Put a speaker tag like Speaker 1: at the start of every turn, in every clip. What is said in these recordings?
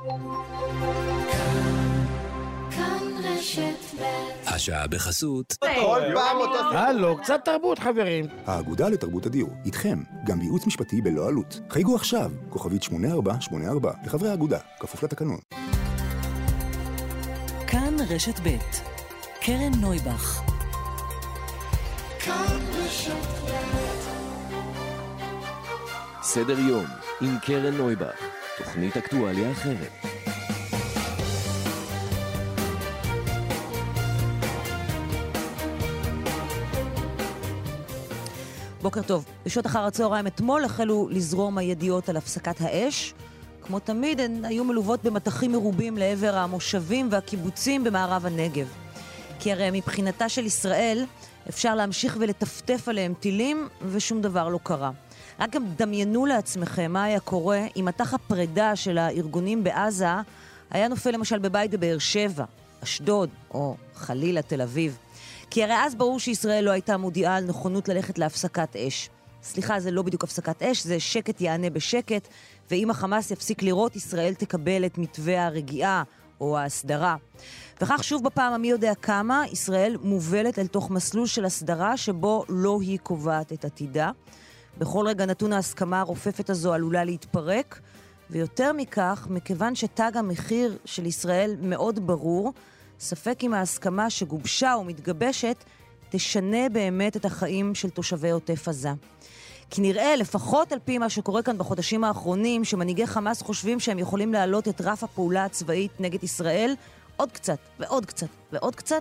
Speaker 1: השעה בחסות.
Speaker 2: כל פעם אותו...
Speaker 3: הלו, קצת תרבות חברים.
Speaker 4: האגודה לתרבות הדיור, איתכם, גם בייעוץ משפטי בלא עלות. חייגו עכשיו, כוכבית 8484, לחברי האגודה, כפוף לתקנון.
Speaker 5: כאן רשת ב' קרן נויבך.
Speaker 6: כאן רשת ב'.
Speaker 1: סדר יום עם קרן נויבך, תוכנית אקטואליה אחרת.
Speaker 7: בוקר טוב. בשעות אחר הצהריים אתמול החלו לזרום הידיעות על הפסקת האש. כמו תמיד הן היו מלוות במתחים מרובים לעבר המושבים והקיבוצים במערב הנגב. כי הרי מבחינתה של ישראל אפשר להמשיך ולטפטף עליהם טילים ושום דבר לא קרה. רק גם דמיינו לעצמכם מה היה קורה אם מטח הפרידה של הארגונים בעזה היה נופל למשל בבית בבאר שבע, אשדוד או חלילה תל אביב. כי הרי אז ברור שישראל לא הייתה מודיעה על נכונות ללכת להפסקת אש. סליחה, זה לא בדיוק הפסקת אש, זה שקט יענה בשקט, ואם החמאס יפסיק לראות, ישראל תקבל את מתווה הרגיעה או ההסדרה. וכך שוב בפעם המי יודע כמה, ישראל מובלת אל תוך מסלול של הסדרה שבו לא היא קובעת את עתידה. בכל רגע נתון ההסכמה הרופפת הזו עלולה להתפרק, ויותר מכך, מכיוון שתג המחיר של ישראל מאוד ברור, ספק אם ההסכמה שגובשה ומתגבשת תשנה באמת את החיים של תושבי עוטף עזה. כי נראה, לפחות על פי מה שקורה כאן בחודשים האחרונים, שמנהיגי חמאס חושבים שהם יכולים להעלות את רף הפעולה הצבאית נגד ישראל עוד קצת ועוד קצת ועוד קצת,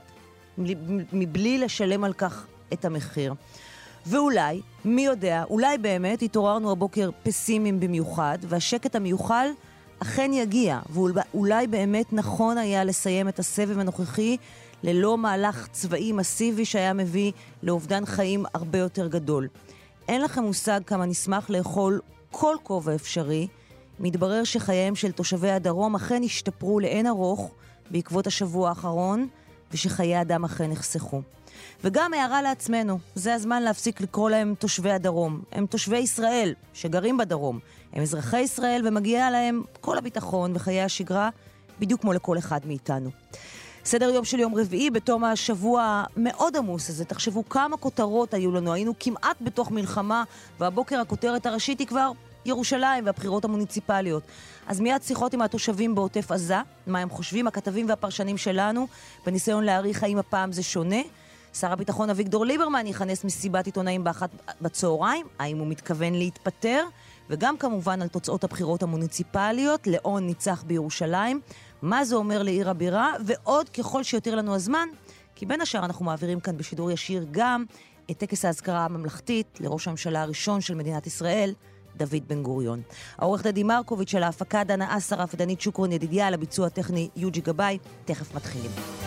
Speaker 7: מבלי לשלם על כך את המחיר. ואולי, מי יודע, אולי באמת התעוררנו הבוקר פסימיים במיוחד, והשקט המיוחל אכן יגיע, ואולי באמת נכון היה לסיים את הסבב הנוכחי ללא מהלך צבאי מסיבי שהיה מביא לאובדן חיים הרבה יותר גדול. אין לכם מושג כמה נשמח לאכול כל כובע אפשרי. מתברר שחייהם של תושבי הדרום אכן השתפרו לאין ארוך בעקבות השבוע האחרון, ושחיי אדם אכן נחסכו. וגם הערה לעצמנו, זה הזמן להפסיק לקרוא להם תושבי הדרום. הם תושבי ישראל שגרים בדרום. הם אזרחי ישראל ומגיע להם כל הביטחון וחיי השגרה, בדיוק כמו לכל אחד מאיתנו. סדר יום של יום רביעי, בתום השבוע מאוד עמוס הזה, תחשבו כמה כותרות היו לנו, היינו כמעט בתוך מלחמה, והבוקר הכותרת הראשית היא כבר ירושלים והבחירות המוניציפליות. אז מיד שיחות עם התושבים בעוטף עזה, מה הם חושבים, הכתבים והפרשנים שלנו, בניסיון להעריך האם הפעם זה שונה. שר הביטחון אביגדור ליברמן יכנס מסיבת עיתונאים בצהריים, האם הוא מתכוון להתפטר, וגם כמובן על תוצאות הבחירות המוניציפליות, לאון ניצח בירושלים, מה זה אומר לעיר הבירה, ועוד ככל שיותר לנו הזמן, כי בין השאר אנחנו מעבירים כאן בשידור ישיר גם את טקס ההזכרה הממלכתית לראש הממשלה הראשון של מדינת ישראל, דוד בן גוריון. העורך דדי מרקוביץ' של ההפקה דנה אסרף ודנית שוקרון ידידיה, על הביצוע הטכני יוג'י גבאי. תכף מתחילים.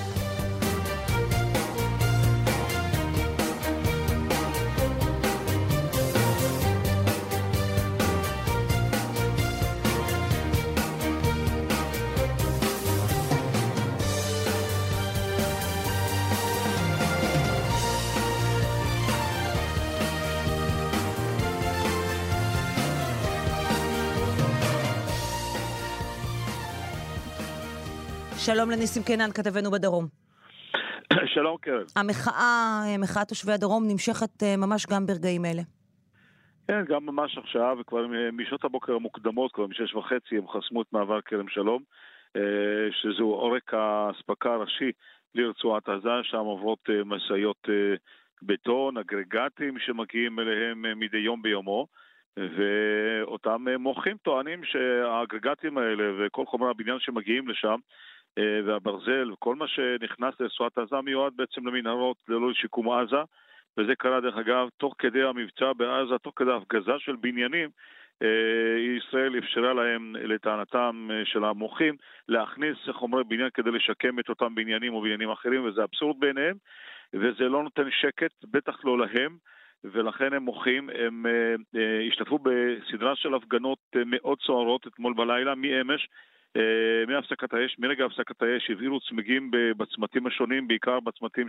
Speaker 7: שלום לניסים קינן, כתבנו בדרום.
Speaker 8: שלום קרן.
Speaker 7: המחאה, מחאת תושבי הדרום, נמשכת ממש גם ברגעים אלה.
Speaker 8: כן, גם ממש עכשיו, וכבר משעות הבוקר המוקדמות, כבר מ6:30, הם חסמו את מעבר כרם שלום, שזו עורק ההספקה הראשי לרצועת עזה, שם עוברות משאיות בטון, אגרגטים שמגיעים אליהם מדי יום ביומו, ואותם מוחים טוענים שהאגרגטים האלה וכל חומרי הבניין שמגיעים לשם, והברזל וכל מה שנכנס לרצועת עזה מיועד בעצם למנהרות ללא שיקום עזה, וזה קרה דרך אגב תוך כדי המבצע בעזה, תוך כדי הפגזה של בניינים. ישראל אפשרה להם לטענתם של המוחים להכניס חומרי בניין כדי לשקם את אותם בניינים או בניינים אחרים, וזה אבסורד בעיניהם, וזה לא נותן שקט, בטח לא להם, ולכן הם מוחים. הם השתתפו בסדרה של הפגנות מאוד סוערות אתמול בלילה, מאמש, מהפסקת האש, מרגע הפסקת האש, הבהירו צמיגים בצמתים השונים, בעיקר בצמתים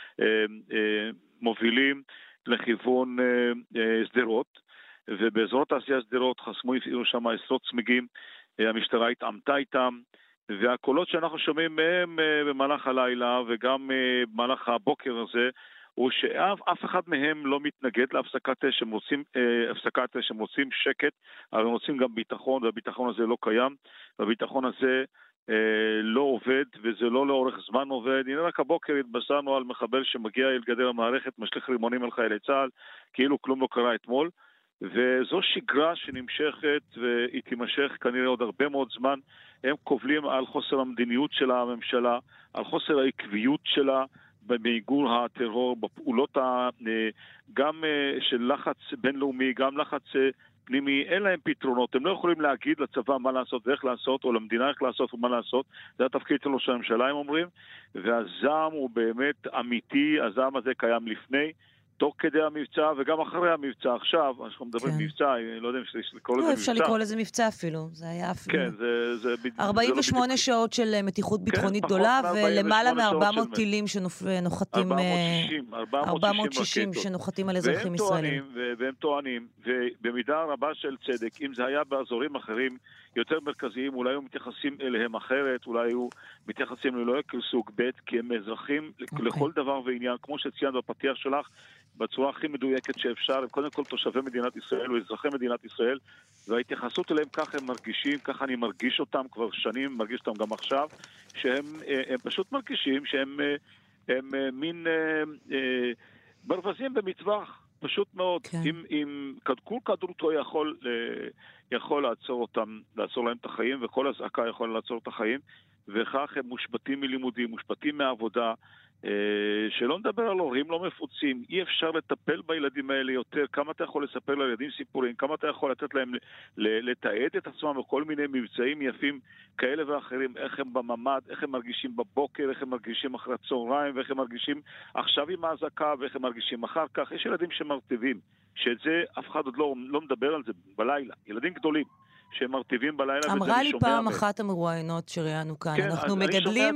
Speaker 8: שמובילים לכיוון שדרות, ובאזור תעשייה שדרות חסמו, הפעילו שם עשרות צמיגים המשטרה התעמתה איתם, והקולות שאנחנו שומעים מהם במהלך הלילה וגם במהלך הבוקר הזה, הוא שאף אחד מהם לא מתנגד להפסקת אש, הם רוצים שקט, אבל הם רוצים גם ביטחון, והביטחון הזה לא קיים, והביטחון הזה לא עובד, וזה לא לאורך זמן עובד. הנה רק הבוקר התבשרנו על מחבל שמגיע אל גדר המערכת, משליך רימונים על חיילי צה"ל, כאילו כלום לא קרה אתמול, וזו שגרה שנמשכת, והיא תימשך כנראה עוד הרבה מאוד זמן. הם קובלים על חוסר המדיניות של הממשלה, על חוסר העקביות שלה, במיגור הטרור, בפעולות גם של לחץ בינלאומי, גם לחץ פנימי, אין להם פתרונות. הם לא יכולים להגיד לצבא מה לעשות ואיך לעשות, או למדינה איך לעשות ומה לעשות. זה התפקיד של ראש הממשלה, הם אומרים. והזעם הוא באמת אמיתי, הזעם הזה קיים לפני, תוך כדי המבצע וגם אחרי המבצע. עכשיו, אנחנו מדברים מבצע, אני לא יודע אם אפשר לקרוא לזה מבצע.
Speaker 7: אפשר לקרוא לזה מבצע אפילו, זה היה אפילו.
Speaker 8: כן, זה
Speaker 7: 48 שעות של מתיחות ביטחונית גדולה, ולמעלה מ-400 טילים שנוחתים, 460 שנוחתים על אזרחים ישראלים.
Speaker 8: והם טוענים, ובמידה רבה של צדק, אם זה היה באזורים אחרים יותר מרכזיים, אולי היו מתייחסים אליהם אחרת, אולי היו מתייחסים ללא כסוג ב', כי הם אזרחים לכל דבר ועניין, כמו שציינת בפתיח שלך, בצורה הכי מדויקת שאפשר, הם קודם כל תושבי מדינת ישראל ואזרחי מדינת ישראל, וההתייחסות אליהם כך הם מרגישים, כך אני מרגיש אותם כבר שנים, מרגיש אותם גם עכשיו, שהם פשוט מרגישים שהם מין ברווזים במטווח, פשוט מאוד. כן. אם כל כדור יכול לעצור אותם, לעצור להם את החיים, וכל הזעקה יכול לעצור את החיים, וכך הם מושבטים מלימודים, מושבטים מעבודה, שלא נדבר על הורים לא מפוצים. אי אפשר לטפל בילדים האלה יותר. כמה אתה יכול לספר לילדים סיפורים, כמה אתה יכול לתת להם לתעד את עצמם בכל מיני מבצעים יפים כאלה ואחרים, איך הם בממד, איך הם מרגישים בבוקר, איך הם מרגישים אחרי הצהריים, ואיך הם מרגישים עכשיו עם ההזעקה, ואיך הם מרגישים אחר כך. יש ילדים שמרטיבים, שאת זה אף אחד עוד לא מדבר על זה בלילה. ילדים גדולים שמרטיבים בלילה.
Speaker 7: אמרה לי פעם אחת המרואיינות שראיינו כאן, אנחנו מגדלים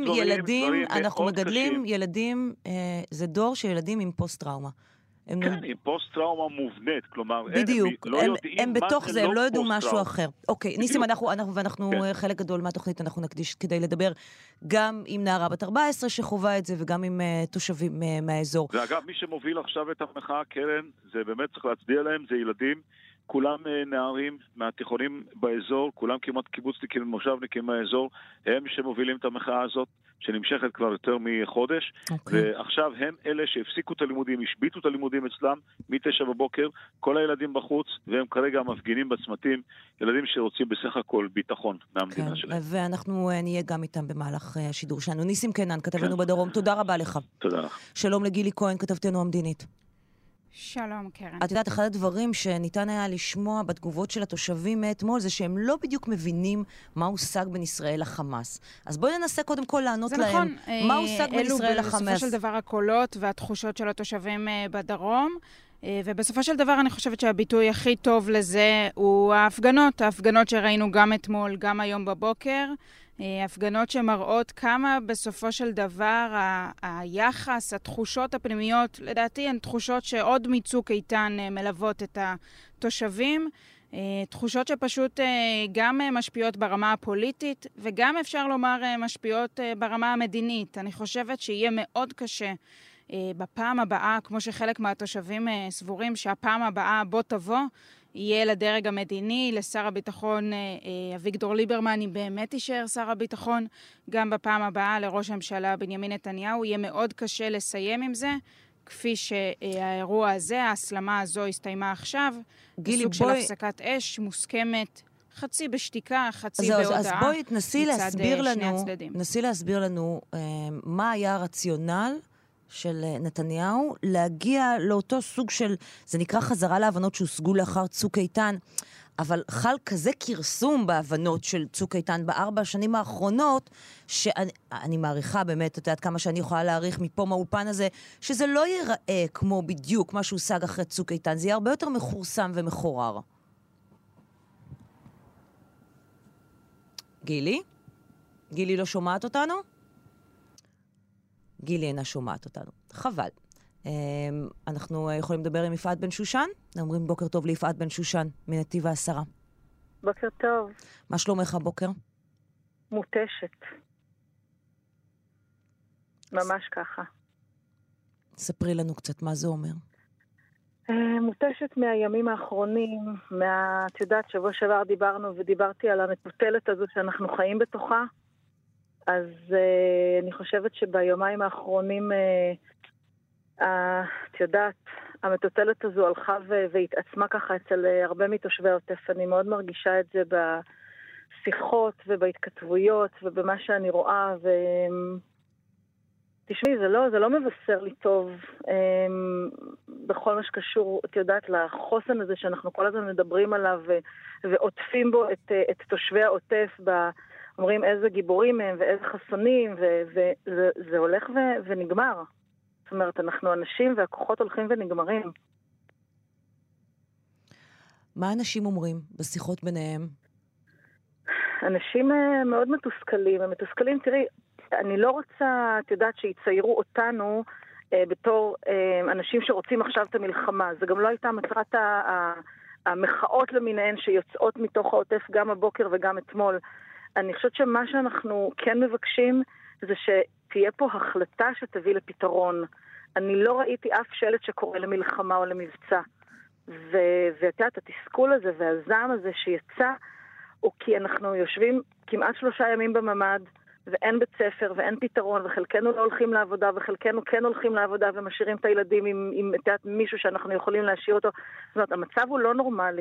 Speaker 7: ילדים, זה דור של ילדים עם פוסט-טראומה.
Speaker 8: כן, עם פוסט-טראומה מובנית, כלומר,
Speaker 7: בדיוק, הם בתוך זה, הם לא יודעו משהו אחר. אוקיי, ניסים, ואנחנו חלק גדול מהתוכנית, אנחנו נקדיש כדי לדבר גם עם נערה בת 14 שחובה את זה, וגם עם תושבים מהאזור.
Speaker 8: ואגב, מי שמוביל עכשיו את המחאה, קרן, זה באמת צריך להצדיע להם, זה ילדים, כולם נערים מהתיכונים באזור, כולם כמעט קיבוצניקים ומושבניקים מהאזור, הם שמובילים את המחאה הזאת, שנמשכת כבר יותר מחודש, ועכשיו הם אלה שהפסיקו את הלימודים, השביתו את הלימודים אצלם מ-9 בבוקר, כל הילדים בחוץ, והם כרגע מפגינים בצמתים, ילדים שרוצים בסך הכל ביטחון מהמדינה שלהם.
Speaker 7: ואנחנו נהיה גם איתם במהלך השידור שלנו. ניסים קנן, כתבנו בדרום, תודה רבה לך.
Speaker 8: תודה לך.
Speaker 7: שלום לגילי כהן, כתבתנו המדינית.
Speaker 2: שלום, קרן.
Speaker 7: את יודעת, אחד הדברים שניתן היה לשמוע בתגובות של התושבים מאתמול, זה שהם לא בדיוק מבינים מה הושג בין ישראל לחמאס. אז בואי ננסה קודם כל לענות להם.
Speaker 2: נכון,
Speaker 7: מה הושג בין ישראל לחמאס.
Speaker 2: אלו בסופו של דבר הקולות והתחושות של התושבים בדרום, ובסופו של דבר אני חושבת שהביטוי הכי טוב לזה הוא ההפגנות שראינו גם אתמול, גם היום בבוקר, הפגנות שמראות כמה בסופו של דבר היחס, התחושות הפנימיות, לדעתי הן תחושות שעוד מצוק איתן מלוות את התושבים, תחושות שפשוט גם משפיעות ברמה הפוליטית וגם אפשר לומר משפיעות ברמה המדינית. אני חושבת שיהיה מאוד קשה בפעם הבאה, כמו שחלק מהתושבים סבורים שהפעם הבאה בוא תבוא, יהיה לדרג המדיני, לשר הביטחון אביגדור ליברמן, אם באמת יישאר שר הביטחון, גם בפעם הבאה לראש הממשלה בנימין נתניהו, יהיה מאוד קשה לסיים עם זה, כפי שהאירוע הזה, ההסלמה הזו הסתיימה עכשיו, בסוג של הפסקת אש מוסכמת, חצי בשתיקה, חצי בהודעה.
Speaker 7: אז בואי נסי להסביר לנו מה היה הרציונל של נתניהו, להגיע לאותו סוג של, זה נקרא חזרה להבנות שהושגו לאחר צוק איתן, אבל חל כזה כרסום בהבנות של צוק איתן ב4 השנים האחרונות, שאני מעריכה באמת, את יודעת כמה שאני יכולה להעריך מפה מהאולפן הזה, שזה לא ייראה כמו בדיוק מה שהושג אחרי צוק איתן, זה יהיה הרבה יותר מחורסם ומחורר. גילי? גילי לא שומעת אותנו? גילי אינה שומעת אותנו. חבל. אנחנו יכולים לדבר עם יפעת בן שושן? אומרים בוקר טוב ליפעת בן שושן, מנתיב העשרה.
Speaker 9: בוקר טוב.
Speaker 7: מה שלומך הבוקר?
Speaker 9: מותשת. ממש ככה.
Speaker 7: ספרי לנו קצת מה זה אומר.
Speaker 9: מותשת מהימים האחרונים, את יודעת, שבוע שעבר דיברתי על המטוטלת הזו שאנחנו חיים בתוכה, אז אני חושבת שביומיים האחרונים, את יודעת, המטוטלת הזו הלכה והתעצמה ככה אצל הרבה מתושבי העוטף. אני מאוד מרגישה את זה בשיחות ובהתכתבויות ובמה שאני רואה, תשמעי, זה לא מבשר לי טוב בכל מה שקשור, את יודעת, לחוסן הזה שאנחנו כל הזמן מדברים עליו ועוטפים בו את תושבי העוטף, אומרים איזה גיבורים הם ואיזה חסונים, וזה הולך ונגמר. זאת אומרת, אנחנו אנשים והכוחות הולכים ונגמרים.
Speaker 7: מה אנשים אומרים בשיחות ביניהם?
Speaker 9: אנשים מאוד מתוסכלים. הם מתוסכלים, תראי, אני לא רוצה, את יודעת, שיציירו אותנו בתור אנשים שרוצים עכשיו את המלחמה. זה גם לא הייתה מטרת המחאות למיניהן שיוצאות מתוך העוטף גם הבוקר וגם אתמול. אני חושבת שמה שאנחנו כן מבקשים זה שתהיה פה החלטה שתביא לפתרון. אני לא ראיתי אף שלט שקורא למלחמה או למבצע. ואת יודעת, התסכול הזה והזעם הזה שיצא, הוא כי אנחנו יושבים כמעט 3 ימים בממד, ואין בית ספר ואין פתרון, וחלקנו לא הולכים לעבודה, וחלקנו כן הולכים לעבודה ומשאירים את הילדים עם מישהו שאנחנו יכולים להשאיר אותו. זאת אומרת, המצב הוא לא נורמלי.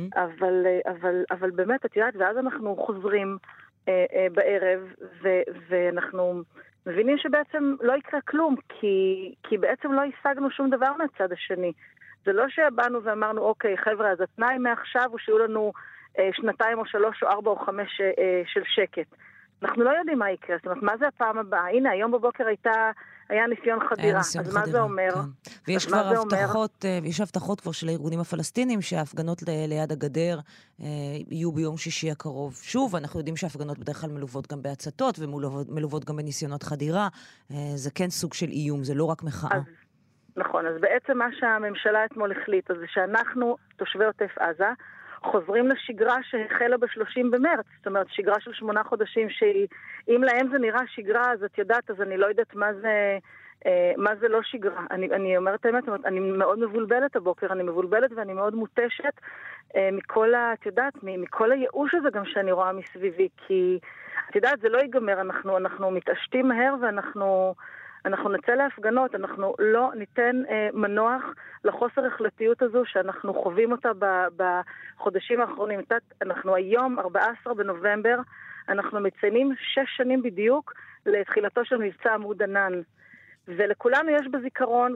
Speaker 9: אבל באמת, את יודעת, ואז אנחנו חוזרים בערב, ואנחנו מבינים שבעצם לא יקרה כלום, כי בעצם לא השגנו שום דבר מהצד השני. זה לא שבאנו ואמרנו, אוקיי, חבר'ה, אז התנאי מעכשיו הוא שיהיו לנו 2 או 3 או 4 או 5 של שקט. אנחנו לא יודעים מה יקרה, זאת אומרת, מה זה הפעם הבאה? הנה, היום בבוקר היה ניסיון חדירה, אז מה זה אומר?
Speaker 7: כן. ויש כבר הבטחות, יש הבטחות כבר של הארגונים הפלסטינים שההפגנות ליד הגדר יהיו ביום שישי הקרוב. שוב, אנחנו יודעים שההפגנות בדרך כלל מלוות גם בהצתות ומלוות גם בניסיונות חדירה. זה כן סוג של איום, זה לא רק מחאה.
Speaker 9: נכון, אז בעצם מה שהממשלה אתמול החליטה זה שאנחנו, תושבי עוטף עזה, חוזרים לשגרה שהחלה ב-30 במרץ, זאת אומרת, שגרה של 8 חודשים, שאם להם זה נראה שגרה, אז את יודעת, אז אני לא יודעת מה זה לא שגרה. אני אומרת האמת, אני מאוד מבולבלת הבוקר, אני מבולבלת ואני מאוד מותשת מכל, את יודעת, מכל הייאוש הזה גם שאני רואה מסביבי, כי את יודעת, זה לא ייגמר, אנחנו מתעשתים מהר אנחנו נצא להפגנות, אנחנו לא ניתן מנוח לחוסר החלטיות הזו שאנחנו חווים אותה בחודשים האחרונים. אנחנו היום, 14 בנובמבר, אנחנו מציינים 6 שנים בדיוק לתחילתו של מבצע עמוד ענן. ולכולנו יש בזיכרון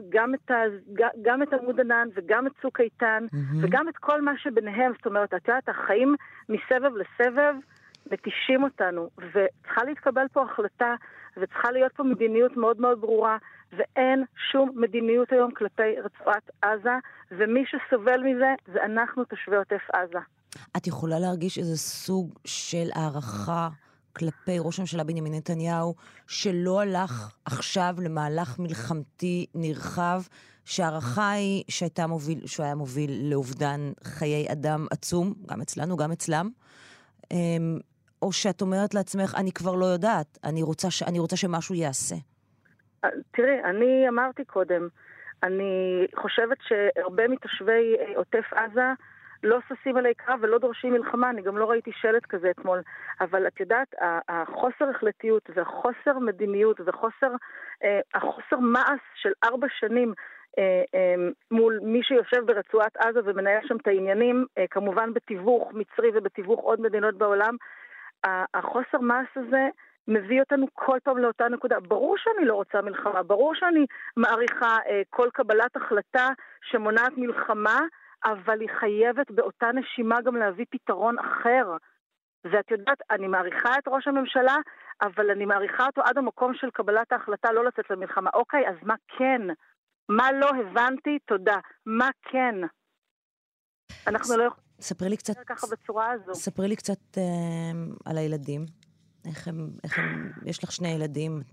Speaker 9: גם את עמוד ענן וגם את צוק איתן וגם את כל מה שביניהם. זאת אומרת, את יודעת, החיים מסבב לסבב מתישים אותנו, וצריכה להתקבל פה החלטה, וצריכה להיות פה מדיניות מאוד מאוד ברורה, ואין שום מדיניות היום כלפי רצועת עזה, ומי שסובל מזה זה אנחנו תושבי עוטף עזה.
Speaker 7: את יכולה להרגיש איזה סוג של הערכה כלפי ראש הממשלה בנימין נתניהו, שלא הלך עכשיו למהלך מלחמתי נרחב, שהערכה היא שהוא היה מוביל לאובדן חיי אדם עצום, גם אצלנו, גם אצלם, או שאת אומרת לעצמך, אני כבר לא יודעת, אני רוצה שמשהו יעשה?
Speaker 9: תראי, אני אמרתי קודם, אני חושבת שהרבה מתושבי עוטף עזה לא ששים עלי קרב ולא דורשים מלחמה, אני גם לא ראיתי שלט כזה אתמול, אבל את יודעת, החוסר החלטיות והחוסר מדיניות החוסר מעש של 4 שנים מול מי שיושב ברצועת עזה ומנהל שם את העניינים, כמובן בתיווך מצרי ובתיווך עוד מדינות בעולם, החוסר מעש הזה מביא אותנו כל פעם לאותה נקודה. ברור שאני לא רוצה מלחמה, ברור שאני מעריכה כל קבלת החלטה שמונעת מלחמה, אבל היא חייבת באותה נשימה גם להביא פתרון אחר. ואת יודעת, אני מעריכה את ראש הממשלה, אבל אני מעריכה אותו עד המקום של קבלת ההחלטה לא לצאת למלחמה. אוקיי, אז מה כן? מה לא הבנתי? תודה. מה כן? אנחנו לא יכולים...
Speaker 7: ספרי לי קצת,
Speaker 9: ככה בצורה הזו.
Speaker 7: ספרי לי קצת על הילדים. איך הם, יש לך 2 ילדים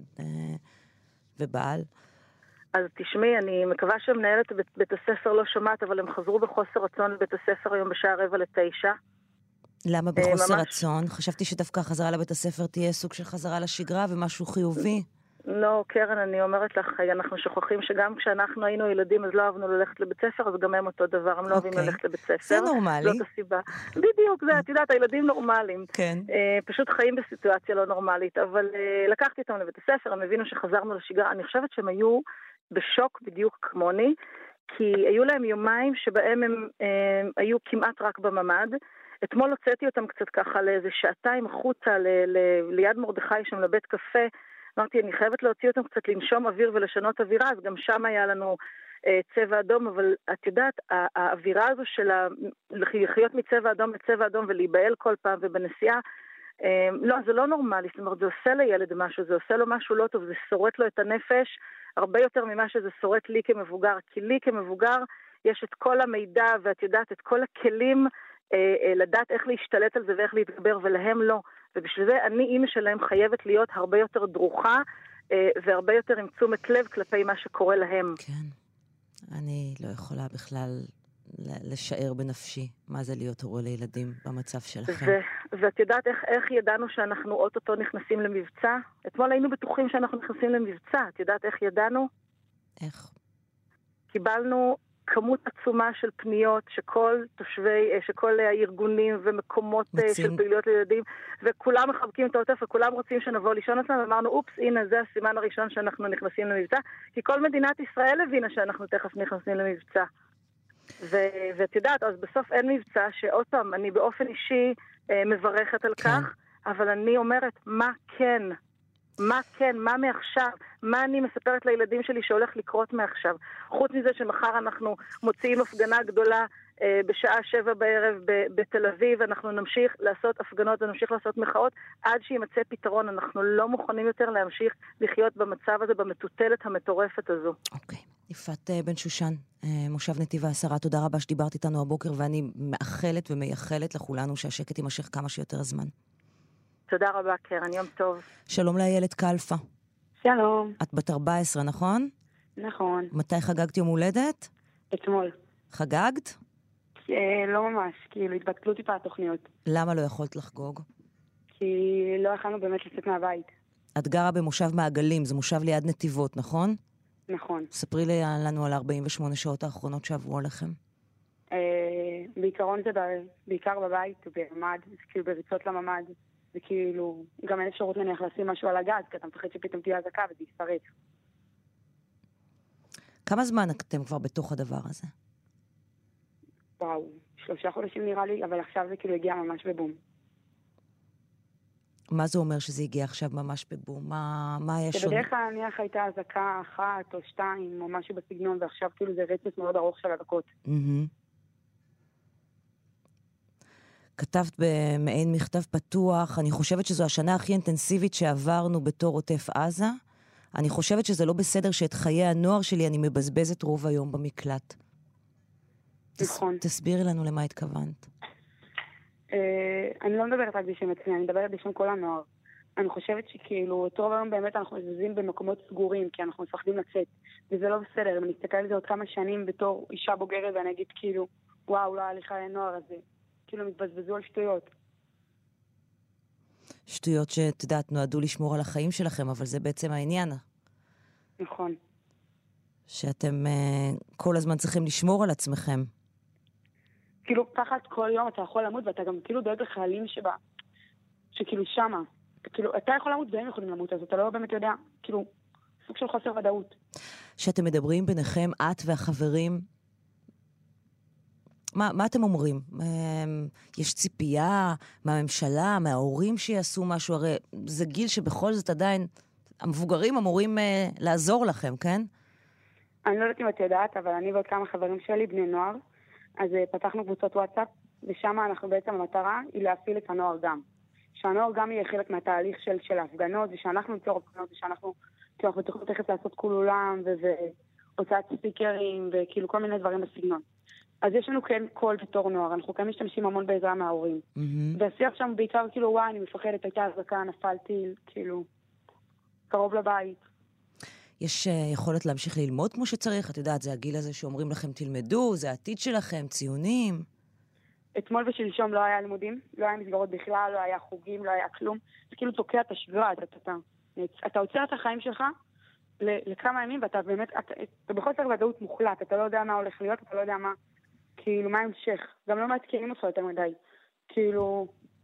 Speaker 7: ובעל.
Speaker 9: אז תשמעי, אני מקווה שמנהלת בית הספר לא שומעת, אבל הם חזרו בחוסר רצון לבית הספר היום בשעה 8:45.
Speaker 7: למה בחוסר רצון? חשבתי שדווקא חזרה לבית הספר תהיה סוג של חזרה לשגרה ומשהו חיובי.
Speaker 9: לא, קרן, אני אומרת לך, אנחנו שוכחים שגם כשאנחנו היינו ילדים, אז לא אוהבנו ללכת לבית ספר, אז גם הם אותו דבר, הם לא אוהבים ללכת לבית ספר.
Speaker 7: זה נורמלי.
Speaker 9: זאת הסיבה. בדיוק, זה, את יודעת, הילדים נורמליים.
Speaker 7: כן.
Speaker 9: פשוט חיים בסיטואציה לא נורמלית, אבל לקחתי אותם לבית הספר, הם הבינו שחזרנו לשגרה. אני חושבת שהם היו בשוק בדיוק כמוני, כי היו להם יומיים שבהם הם היו כמעט רק בממד. אתמול הוצאתי אותם קצת ככה לאיזה שעתיים החוצה ליד מרדכי שם לבית קפה. אמרתי, אני חייבת להוציא אותם קצת לנשום אוויר ולשנות אווירה, אז גם שם היה לנו צבע אדום, אבל את יודעת, האווירה הזו של לחיות מצבע אדום לצבע אדום ולהיבהל כל פעם ובנסיעה, לא, זה לא נורמלי, זאת אומרת, זה עושה לילד משהו, זה עושה לו משהו לא טוב, זה שורט לו את הנפש, הרבה יותר ממה שזה שורט לי כמבוגר, כי לי כמבוגר יש את כל המידע, ואת יודעת, את כל הכלים לדעת איך להשתלט על זה ואיך להתגבר, ולהם לא. ובשביל זה אני, אמא שלהם, חייבת להיות הרבה יותר דרוכה, והרבה יותר עם תשומת לב כלפי מה שקורה להם.
Speaker 7: כן. אני לא יכולה בכלל לשער בנפשי מה זה להיות הורה לילדים במצב שלכם.
Speaker 9: ואת יודעת איך ידענו שאנחנו אוטוטו נכנסים למבצע? אתמול היינו בטוחים שאנחנו נכנסים למבצע. את יודעת איך ידענו?
Speaker 7: איך?
Speaker 9: קיבלנו כמות עצומה של פניות שכל הארגונים ומקומות של פעילויות לילדים, וכולם מחבקים את העוטף וכולם רוצים שנבוא לישון אצלם, ואמרנו, אופס, הנה זה הסימן הראשון שאנחנו נכנסים למבצע, כי כל מדינת ישראל הבינה שאנחנו תכף נכנסים למבצע. ואת יודעת, אז בסוף אין מבצע שעוד פעם, אני באופן אישי מברכת על כך, אבל אני אומרת, מה כן? מה כן? מה מעכשיו? מה אני מספרת לילדים שלי שהולך לקרות מעכשיו? חוץ מזה שמחר אנחנו מוציאים הפגנה גדולה בשעה 7 בערב בתל אביב, אנחנו נמשיך לעשות הפגנות ונמשיך לעשות מחאות עד שימצא פתרון. אנחנו לא מוכנים יותר להמשיך לחיות במצב הזה, במטוטלת המטורפת הזו.
Speaker 7: אוקיי. יפעת בן שושן, מושב נתיב העשרה, תודה רבה שדיברת איתנו הבוקר, ואני מאחלת ומייחלת לכולנו שהשקט יימשך כמה שיותר זמן.
Speaker 9: תודה רבה, קרן, יום טוב.
Speaker 7: שלום לאיילת קלפה.
Speaker 10: שלום.
Speaker 7: את בת 14, נכון?
Speaker 10: נכון.
Speaker 7: מתי חגגת יום הולדת?
Speaker 10: אתמול.
Speaker 7: חגגת?
Speaker 10: לא ממש, כאילו התבטלו טיפה התוכניות.
Speaker 7: למה לא יכולת לחגוג?
Speaker 10: כי לא יכלנו באמת לצאת מהבית.
Speaker 7: את גרה במושב מעגלים, זה מושב ליד נתיבות, נכון?
Speaker 10: נכון.
Speaker 7: ספרי לנו על 48 שעות האחרונות שעברו עליכם.
Speaker 10: בעיקרון זה בעיקר בבית, בממד, כאילו בריצות לממד. וכאילו, גם אין אפשרות נניח לשים משהו על הגז, כי אתה מפחד שפתאום תהיה אזעקה וזה יספרץ.
Speaker 7: כמה זמן אתם כבר בתוך הדבר הזה?
Speaker 10: וואו, 3 חודשים נראה לי, אבל עכשיו זה כאילו הגיע ממש בבום.
Speaker 7: מה זה אומר שזה הגיע עכשיו ממש בבום? מה היה שונה?
Speaker 10: שבדרך כלל נניח הייתה אזעקה 1 או 2 או משהו בסגנון, ועכשיו כאילו זה רצף מאוד ארוך של הדקות. כתבת במעין מכתב פתוח, אני חושבת שזו השנה הכי אינטנסיבית שעברנו בתור עוטף עזה. אני חושבת שזה לא בסדר שאת חיי הנוער שלי אני מבזבזת רוב היום במקלט. נכון.
Speaker 7: תסבירי לנו למה התכוונת.
Speaker 10: אני לא מדברת רק בשם עצמי, אני מדברת בשם כל הנוער. אני חושבת שכאילו, אותו היום באמת אנחנו מזוזים במקומות סגורים, כי אנחנו מפחדים לצאת, וזה לא בסדר. אם אני אסתכל על זה עוד כמה שנים בתור אישה בוגרת, ואני אגיד כאילו, וואו, לא היה לי חיי הנוער הזה. כאילו מתבזבזו על שטויות.
Speaker 7: שטויות שאת יודעת, נועדו לשמור על החיים שלכם, אבל זה בעצם העניין.
Speaker 10: נכון.
Speaker 7: שאתם כל הזמן צריכים לשמור על עצמכם.
Speaker 10: כאילו, תחת כל יום אתה יכול למות, ואתה גם כאילו דואג לחיילים שכאילו שמה. כאילו, אתה יכול למות והם יכולים למות, אז אתה לא באמת יודע, כאילו, סוג של חוסר ודאות. שאתם
Speaker 7: מדברים ביניכם, את והחברים, מה אתם אומרים? יש ציפייה מהממשלה, מההורים שיעשו משהו? הרי זה גיל שבכל זאת עדיין המבוגרים אמורים לעזור לכם, כן?
Speaker 10: אני לא יודעת אם את יודעת, אבל אני ועוד כמה חברים שלי, בני נוער, אז פתחנו קבוצות וואטסאפ, ושם אנחנו בעצם המטרה היא להפעיל את הנוער גם. שהנוער גם יהיה חלק מהתהליך של ההפגנות, ושאנחנו ניצור הפגנות, ושאנחנו בתוכנו תכף לעשות כולולם, והוצאת ספיקרים, וכאילו כל מיני דברים בסגנון. אז יש לנו כן קול בתור נוער, אנחנו כן משתמשים המון בעזרה מההורים. והשיח שם בעיקר כאילו, וואי, אני מפחדת, הייתה אזעקה, נפלתי, כאילו, קרוב לבית.
Speaker 7: יש יכולת להמשיך ללמוד כמו שצריך? את יודעת, זה הגיל הזה שאומרים לכם תלמדו, זה העתיד שלכם, ציונים?
Speaker 10: אתמול ושלשום לא היה לימודים, לא היה מסגרות בכלל, לא היה חוגים, לא היה כלום. זה כאילו תוקע את השגרה, אתה עוצר את החיים שלך לכמה ימים, ואתה באמת, אתה בחוסר ודאות מוחלט, אתה לא יודע מה הולך להיות, אתה לא יודע מה, כאילו, מה המשך. גם לא מעדכנים אותך יותר מדי. כאילו...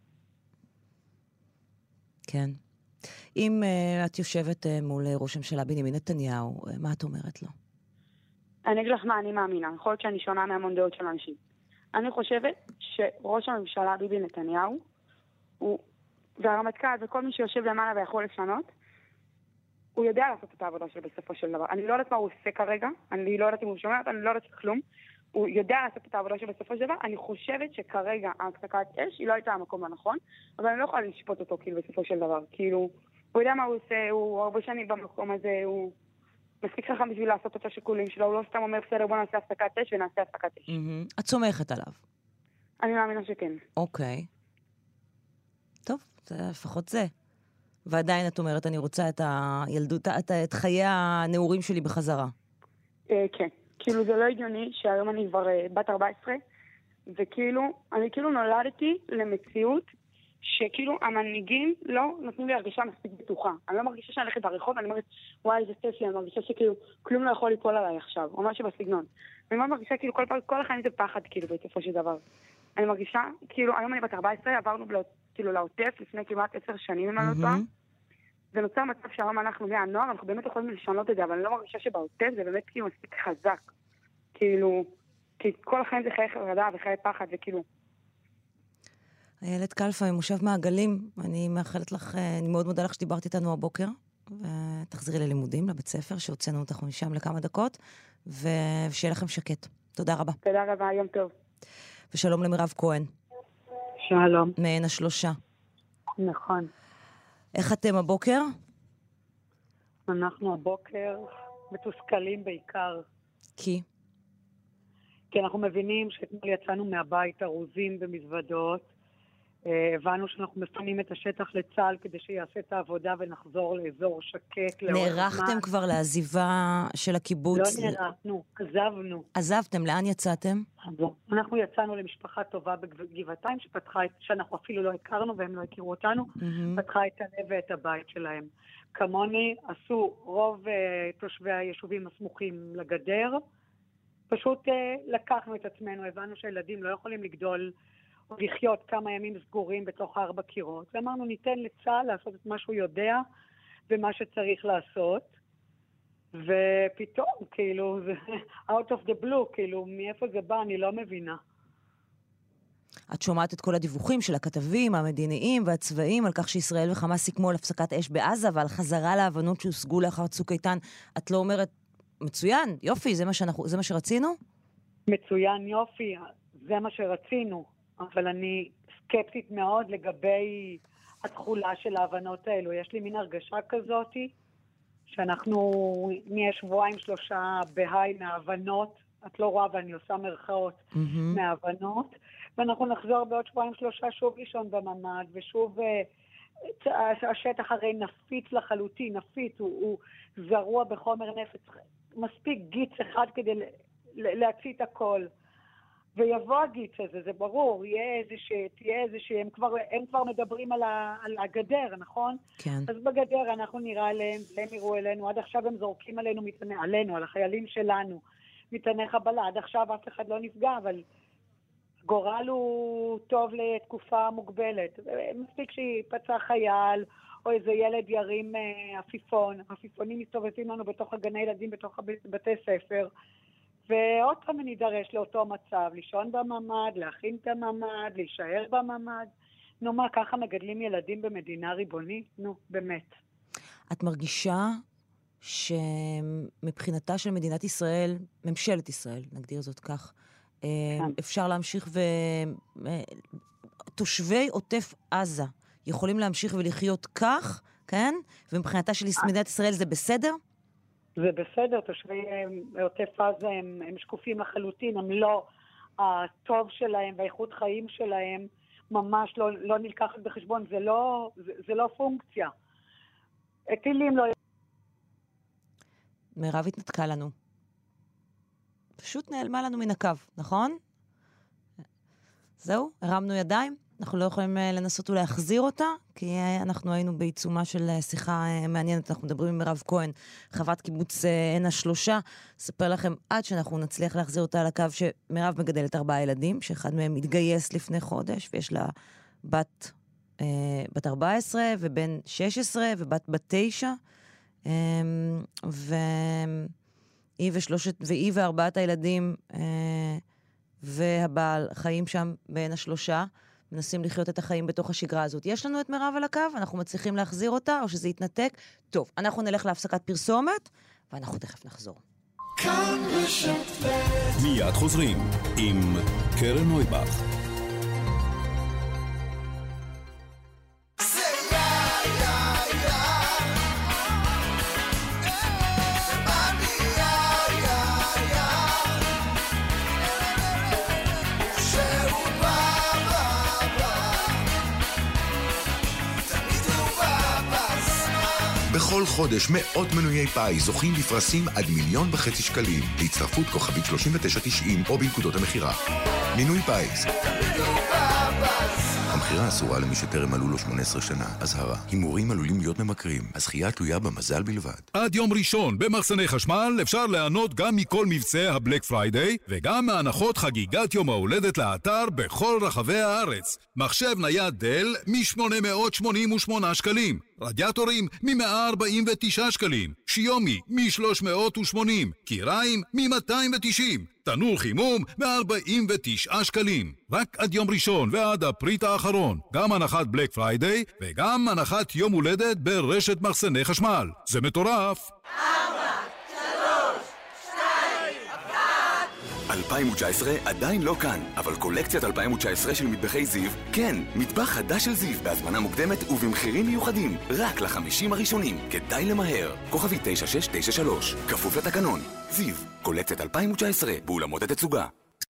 Speaker 7: כן. אם את יושבת מול ראש הממשלה בנימין נתניהו, מה את אומרת לו?
Speaker 10: אני אגיד לך מה אני מאמינה. יכול להיות שאני שונה מהמון דעות של אנשים. אני חושבת שראש הממשלה ביבי נתניהו, והרמטכ"ל וכל מי שיושב למעלה ויכול לשנות, הוא יודע לעשות את העבודה שלו בסופו של דבר. אני לא יודעת מה הוא עושה כרגע, אני לא יודעת אם הוא שומע, אני לא יודעת כלום. הוא יודע לעשות את העבודה שלו בסופו של דבר. אני חושבת שכרגע ההפסקת אש היא לא הייתה המקום הנכון, אבל אני לא יכולה לשפוט אותו כאילו בסופו של דבר. כאילו, הוא יודע מה הוא עושה, הוא הרבה שנים במקום הזה, הוא מספיק חכם בשביל לעשות את השיקולים שלו, הוא לא סתם אומר בסדר בוא נעשה הפסקת אש ונעשה הפסקת אש.
Speaker 7: את סומכת עליו?
Speaker 10: אני מאמינה שכן.
Speaker 7: אוקיי. טוב, לפחות זה. ועדיין את אומרת, אני רוצה את הילדות, את חיי הנעורים שלי בחזרה.
Speaker 10: כן. כאילו זה לא הגיוני שהיום אני כבר בת 14, וכאילו, אני כאילו נולדתי למציאות שכאילו המנהיגים לא נותנים לי הרגשה מספיק בטוחה. אני לא מרגישה שאני הולכת ברחוב, אני אומרת, וואי, זה סטפי, אני מרגישה שכאילו כלום לא יכול ליפול עליי עכשיו, או משהו בסגנון. אני לא מרגישה כאילו כל החיים זה פחד, כאילו, בסופו של דבר. אני מרגישה, כאילו, היום אני בת 14, עברנו כאילו לעוטף לפני כמעט 10 שנים, אם אני לא טועה. זה נוצר מצב שהיום אנחנו בני הנוער, אנחנו באמת יכולים לשנות את זה, אבל אני לא מרגישה שבעוטף זה באמת כאילו מספיק חזק. כאילו, כי כל החיים זה חיי חרדה וחיי פחד, וכאילו...
Speaker 7: איילת כלפה, ממושב מעגלים, אני מאחלת לך, אני מאוד מודה לך שדיברת איתנו הבוקר, ותחזרי ללימודים, לבית ספר, שהוצאנו אותך משם לכמה דקות, ושיהיה לכם שקט. תודה רבה.
Speaker 10: תודה רבה, יום טוב.
Speaker 7: ושלום למירב כהן.
Speaker 11: שלום.
Speaker 7: מעין השלושה.
Speaker 11: נכון.
Speaker 7: איך אתם הבוקר?
Speaker 11: אנחנו הבוקר מתוסכלים בעיקר.
Speaker 7: כי
Speaker 11: אנחנו מבינים שאתמול יצאנו מהבית ארוזים במזוודות, הבנו שאנחנו מפנים את השטח לצה"ל כדי שיעשה את העבודה ונחזור לאזור שקט.
Speaker 7: נערכתם כבר לעזיבה של הקיבוץ?
Speaker 11: לא נערכנו, עזבנו.
Speaker 7: עזבתם, לאן יצאתם?
Speaker 11: אנחנו יצאנו למשפחה טובה בגבעתיים שאנחנו אפילו לא הכרנו והם לא הכירו אותנו, פתחה את הלב ואת הבית שלהם. כמוני עשו רוב תושבי היישובים הסמוכים לגדר, פשוט לקחנו את עצמנו, הבנו שהילדים לא יכולים לגדול או לחיות כמה ימים סגורים בתוך 4 קירות, ואמרנו ניתן לצה"ל לעשות את מה שהוא יודע ומה שצריך לעשות, ופתאום כאילו זה out of the blue, כאילו מאיפה זה בא אני לא מבינה.
Speaker 7: את שומעת את כל הדיווחים של הכתבים, המדיניים והצבאיים על כך שישראל וחמאס סיכמו על הפסקת אש בעזה ועל חזרה להבנות שהושגו לאחר צוק איתן. את לא אומרת מצוין, יופי, זה מה שרצינו?
Speaker 11: מצוין, יופי, זה מה שרצינו, אבל אני סקפטית מאוד לגבי התחולה של ההבנות האלו. יש לי מין הרגשה כזאת שאנחנו נהיה 2-3 בהיי מההבנות, את לא רואה ואני עושה מרכאות מההבנות, ואנחנו נחזור בעוד 2-3 שוב לישון בממ"ד, ושוב השטח הרי נפיץ לחלוטין, נפיץ, הוא זרוע בחומר נפץ, מספיק גיץ אחד כדי להצית הכל. ויבוא הגיץ הזה, זה ברור, תהיה איזושהי, הם כבר מדברים על הגדר, נכון?
Speaker 7: כן.
Speaker 11: אז בגדר אנחנו נראה עליהם, הם יראו אלינו, עד עכשיו הם זורקים עלינו, על החיילים שלנו, מטעני חבלה, עד עכשיו אף אחד לא נפגע, אבל גורל הוא טוב לתקופה מוגבלת. מספיק שיפצע חייל, או איזה ילד ירים עפיפון, עפיפונים מסתובבים לנו בתוך הגני ילדים, בתוך בתי ספר, ועוד פעם נידרש לאותו מצב, לישון בממ"ד, להכין את הממ"ד, להישאר בממ"ד. נו מה, ככה מגדלים ילדים במדינה ריבונית? נו, באמת.
Speaker 7: את מרגישה שמבחינתה של מדינת ישראל, ממשלת ישראל, נגדיר זאת כך, אפשר להמשיך תושבי עוטף עזה יכולים להמשיך ולחיות כך, כן? ומבחינתה של מדינת ישראל זה בסדר?
Speaker 11: זה בסדר, תושבי עוטף עזה הם שקופים לחלוטין, הם לא, הטוב שלהם והאיכות חיים שלהם ממש לא נלקחת בחשבון, זה לא פונקציה. טילים לא...
Speaker 7: מירב התנתקה לנו. פשוט נעלמה לנו מן הקו, נכון? זהו, הרמנו ידיים. אנחנו לא יכולים לנסות ולהחזיר אותה, כי אנחנו היינו בעיצומה של שיחה מעניינת. אנחנו מדברים עם מירב כהן, חברת קיבוץ עין השלושה. אספר לכם עד שאנחנו נצליח להחזיר אותה על הקו שמירב מגדלת 4 ילדים, שאחד מהם מתגייס לפני חודש, ויש לה בת 14 ובן 16 ובת 9. והיא ו4 הילדים והבעל חיים שם בין השלושה, מנסים לחיות את החיים בתוך השגרה הזאת. יש לנו את מירב על הקו, אנחנו מצליחים להחזיר אותה, או שזה יתנתק. טוב, אנחנו נלך להפסקת פרסומת, ואנחנו תכף נחזור.
Speaker 12: מיד חוזרים עם קרן נויבך.
Speaker 13: בכל חודש מאות מנויי פאי זוכים בפרסים עד 1.5 מיליון שקלים להצטרפות כוכבית 3990 או בנקודות המחירה. מינוי פאיז. המחירה אסורה למי שטרם מלאו לו 18 שנה. אזהרה, הימורים עלולים להיות ממכרים. הזכייה תלויה במזל בלבד.
Speaker 12: עד יום ראשון במחסני חשמל אפשר ליהנות גם מכל מבצעי הבלק פריידיי וגם מהנחות חגיגת יום ההולדת לאתר בכל רחבי הארץ. מחשב נייד דל מ-888 שקלים. רדיאטורים מ-149 שקלים. שיומי מ-380. קיריים מ-290. תנור חימום מ-49 שקלים. רק עד יום ראשון ועד הפריט האחרון. גם הנחת בלק פריידיי וגם הנחת יום הולדת ברשת מחסני חשמל. זה מטורף.
Speaker 14: 2019 עדיין לא כאן, אבל קולקציית 2019 של מטבחי זיו, כן, מטבח חדש של זיו, בהזמנה מוקדמת ובמחירים מיוחדים, רק ל50 הראשונים, כדאי למהר. כוכבי 9693, כפוף לתקנון. זיו, קולקציית 2019, באולמות התצוגה.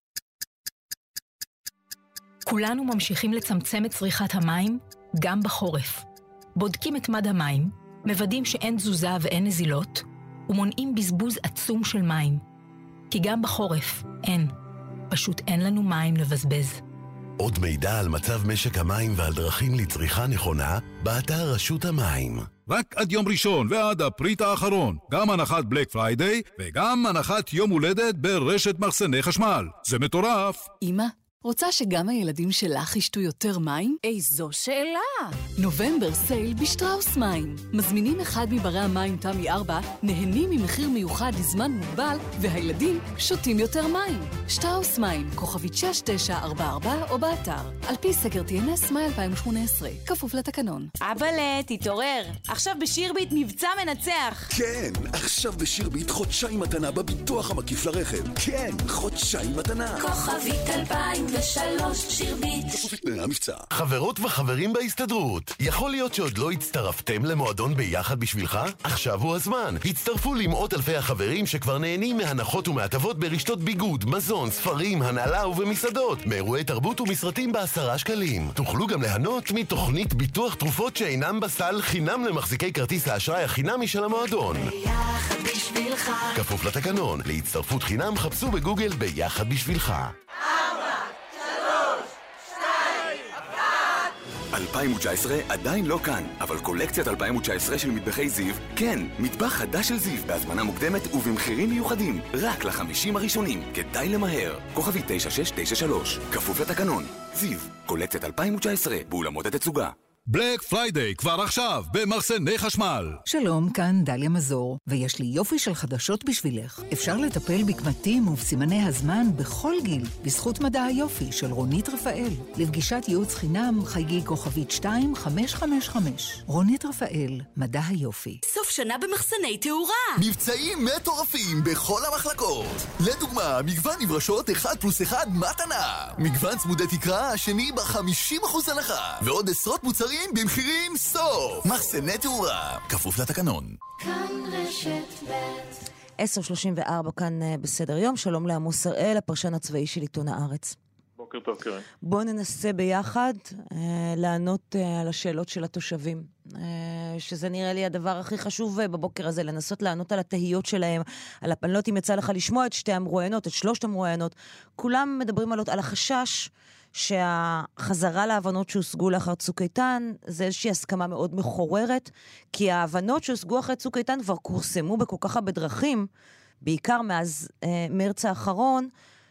Speaker 15: כולנו ממשיכים לצמצם את צריכת המים, גם בחורף. בודקים את מד המים, מוודאים שאין תזוזה ואין נזילות, ומונעים בזבוז עצום של מים. כי גם בחורף פשוט אין לנו מים לבזבז.
Speaker 16: עוד מידע על מצב משק המים ועל דרכים לצריכה נכונה, באתר רשות המים.
Speaker 12: רק עד יום ראשון ועד הפריט האחרון. גם הנחת בלק פריידיי וגם הנחת יום הולדת ברשת מחסני חשמל. זה מטורף.
Speaker 17: אמא, רוצה שגם הילדים שלך ישתו יותר מים?
Speaker 18: איזו שאלה!
Speaker 17: נובמבר סייל בשטראוס מים. מזמינים אחד מברי המים תמי 4, נהנים ממחיר מיוחד לזמן מוגבל, והילדים שותים יותר מים. שטראוס מים, כוכבית 6944 או באתר. על פי סקר TNS מאי 2018, כפוף לתקנון.
Speaker 18: אבאלה, תתעורר. עכשיו בשירביט מבצע מנצח.
Speaker 19: כן, עכשיו בשירביט חודשיים מתנה בביטוח המקיף לרכב. כן, חודשיים מתנה.
Speaker 6: כוכבית 2003 שירביט.
Speaker 19: המבצע.
Speaker 16: חברות וחברים בהסתדרות, יכול להיות שעוד לא הצטרפתם למועדון ביחד בשבילך? עכשיו הוא הזמן. הצטרפו למאות אלפי החברים שכבר נהנים מהנחות ומהטבות ברשתות ביגוד, מזון, ספרים, הנעלה ובמסעדות, מאירועי תרבות ומסרטים ב10 שקלים. תוכלו גם ליהנות מתוכנית ביטוח תרופות שאינם בסל חינם למחזיקי כרטיס האשראי החינמי של המועדון.
Speaker 6: ביחד בשבילך.
Speaker 16: כפוף לתקנון. להצטרפות חינם חפשו בגוגל ביחד בשבילך.
Speaker 14: 2019 עדיין לא כאן, אבל קולקציית 2019 של מטבחי זיו, כן, מטבח חדש של זיו, בהזמנה מוקדמת ובמחירים מיוחדים, רק ל50 הראשונים, כדאי למהר. כוכבי 9693, כפוף לתקנון. זיו, קולקציית 2019, באולמות התצוגה.
Speaker 12: בלק פריידיי כבר עכשיו במחסני חשמל.
Speaker 20: שלום, כאן דליה מזור, ויש לי יופי של חדשות בשבילך. אפשר לטפל בקמטים ובסימני הזמן בכל גיל, בזכות מדע היופי של רונית רפאל. לפגישת ייעוץ חינם חייגי כוכבית 2555. רונית רפאל, מדע היופי.
Speaker 18: סוף שנה במחסני תאורה.
Speaker 19: מבצעים מטורפים בכל המחלקות. לדוגמה, מגוון נברשות 1+1 מתנה. מגוון צמודי תקרה השני ב50% הנחה. ועוד עשרות מוצרים במחירים סוף. מחסני תאורה, כפוף לתקנון.
Speaker 6: כאן רשת ב'
Speaker 7: 10:34 כאן בסדר יום. שלום לעמוס הראל, הפרשן הצבאי של עיתון הארץ.
Speaker 21: בוקר טוב, קרן.
Speaker 7: בואו ננסה ביחד לענות על השאלות של התושבים. שזה נראה לי הדבר הכי חשוב בבוקר הזה, לנסות לענות על התהיות שלהם, אני לא יודעת אם יצא לך לשמוע את שתי המרואיינות, את שלושת המרואיינות, כולם מדברים על החשש שהחזרה להבנות שהושגו לאחר צוק איתן, זה איזושהי הסכמה מאוד מחוררת, כי ההבנות שהושגו אחרי צוק איתן כבר קורסמו בכל כך הרבה דרכים, בעיקר מאז מרץ האחרון,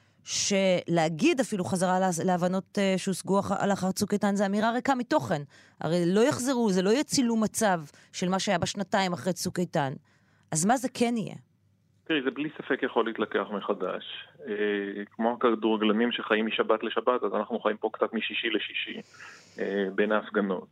Speaker 7: שלהגיד אפילו חזרה להבנות שהושגו לאחר צוק איתן, זה אמירה ריקה מתוכן. הרי לא יחזרו, זה לא יצילו מצב של מה שהיה בשנתיים אחרי צוק איתן. אז מה זה כן יהיה?
Speaker 21: תראי, זה בלי ספק יכול להתלקח מחדש. כמו הכדורגלנים שחיים משבת לשבת, אז אנחנו חיים פה קצת משישי לשישי, בין ההפגנות.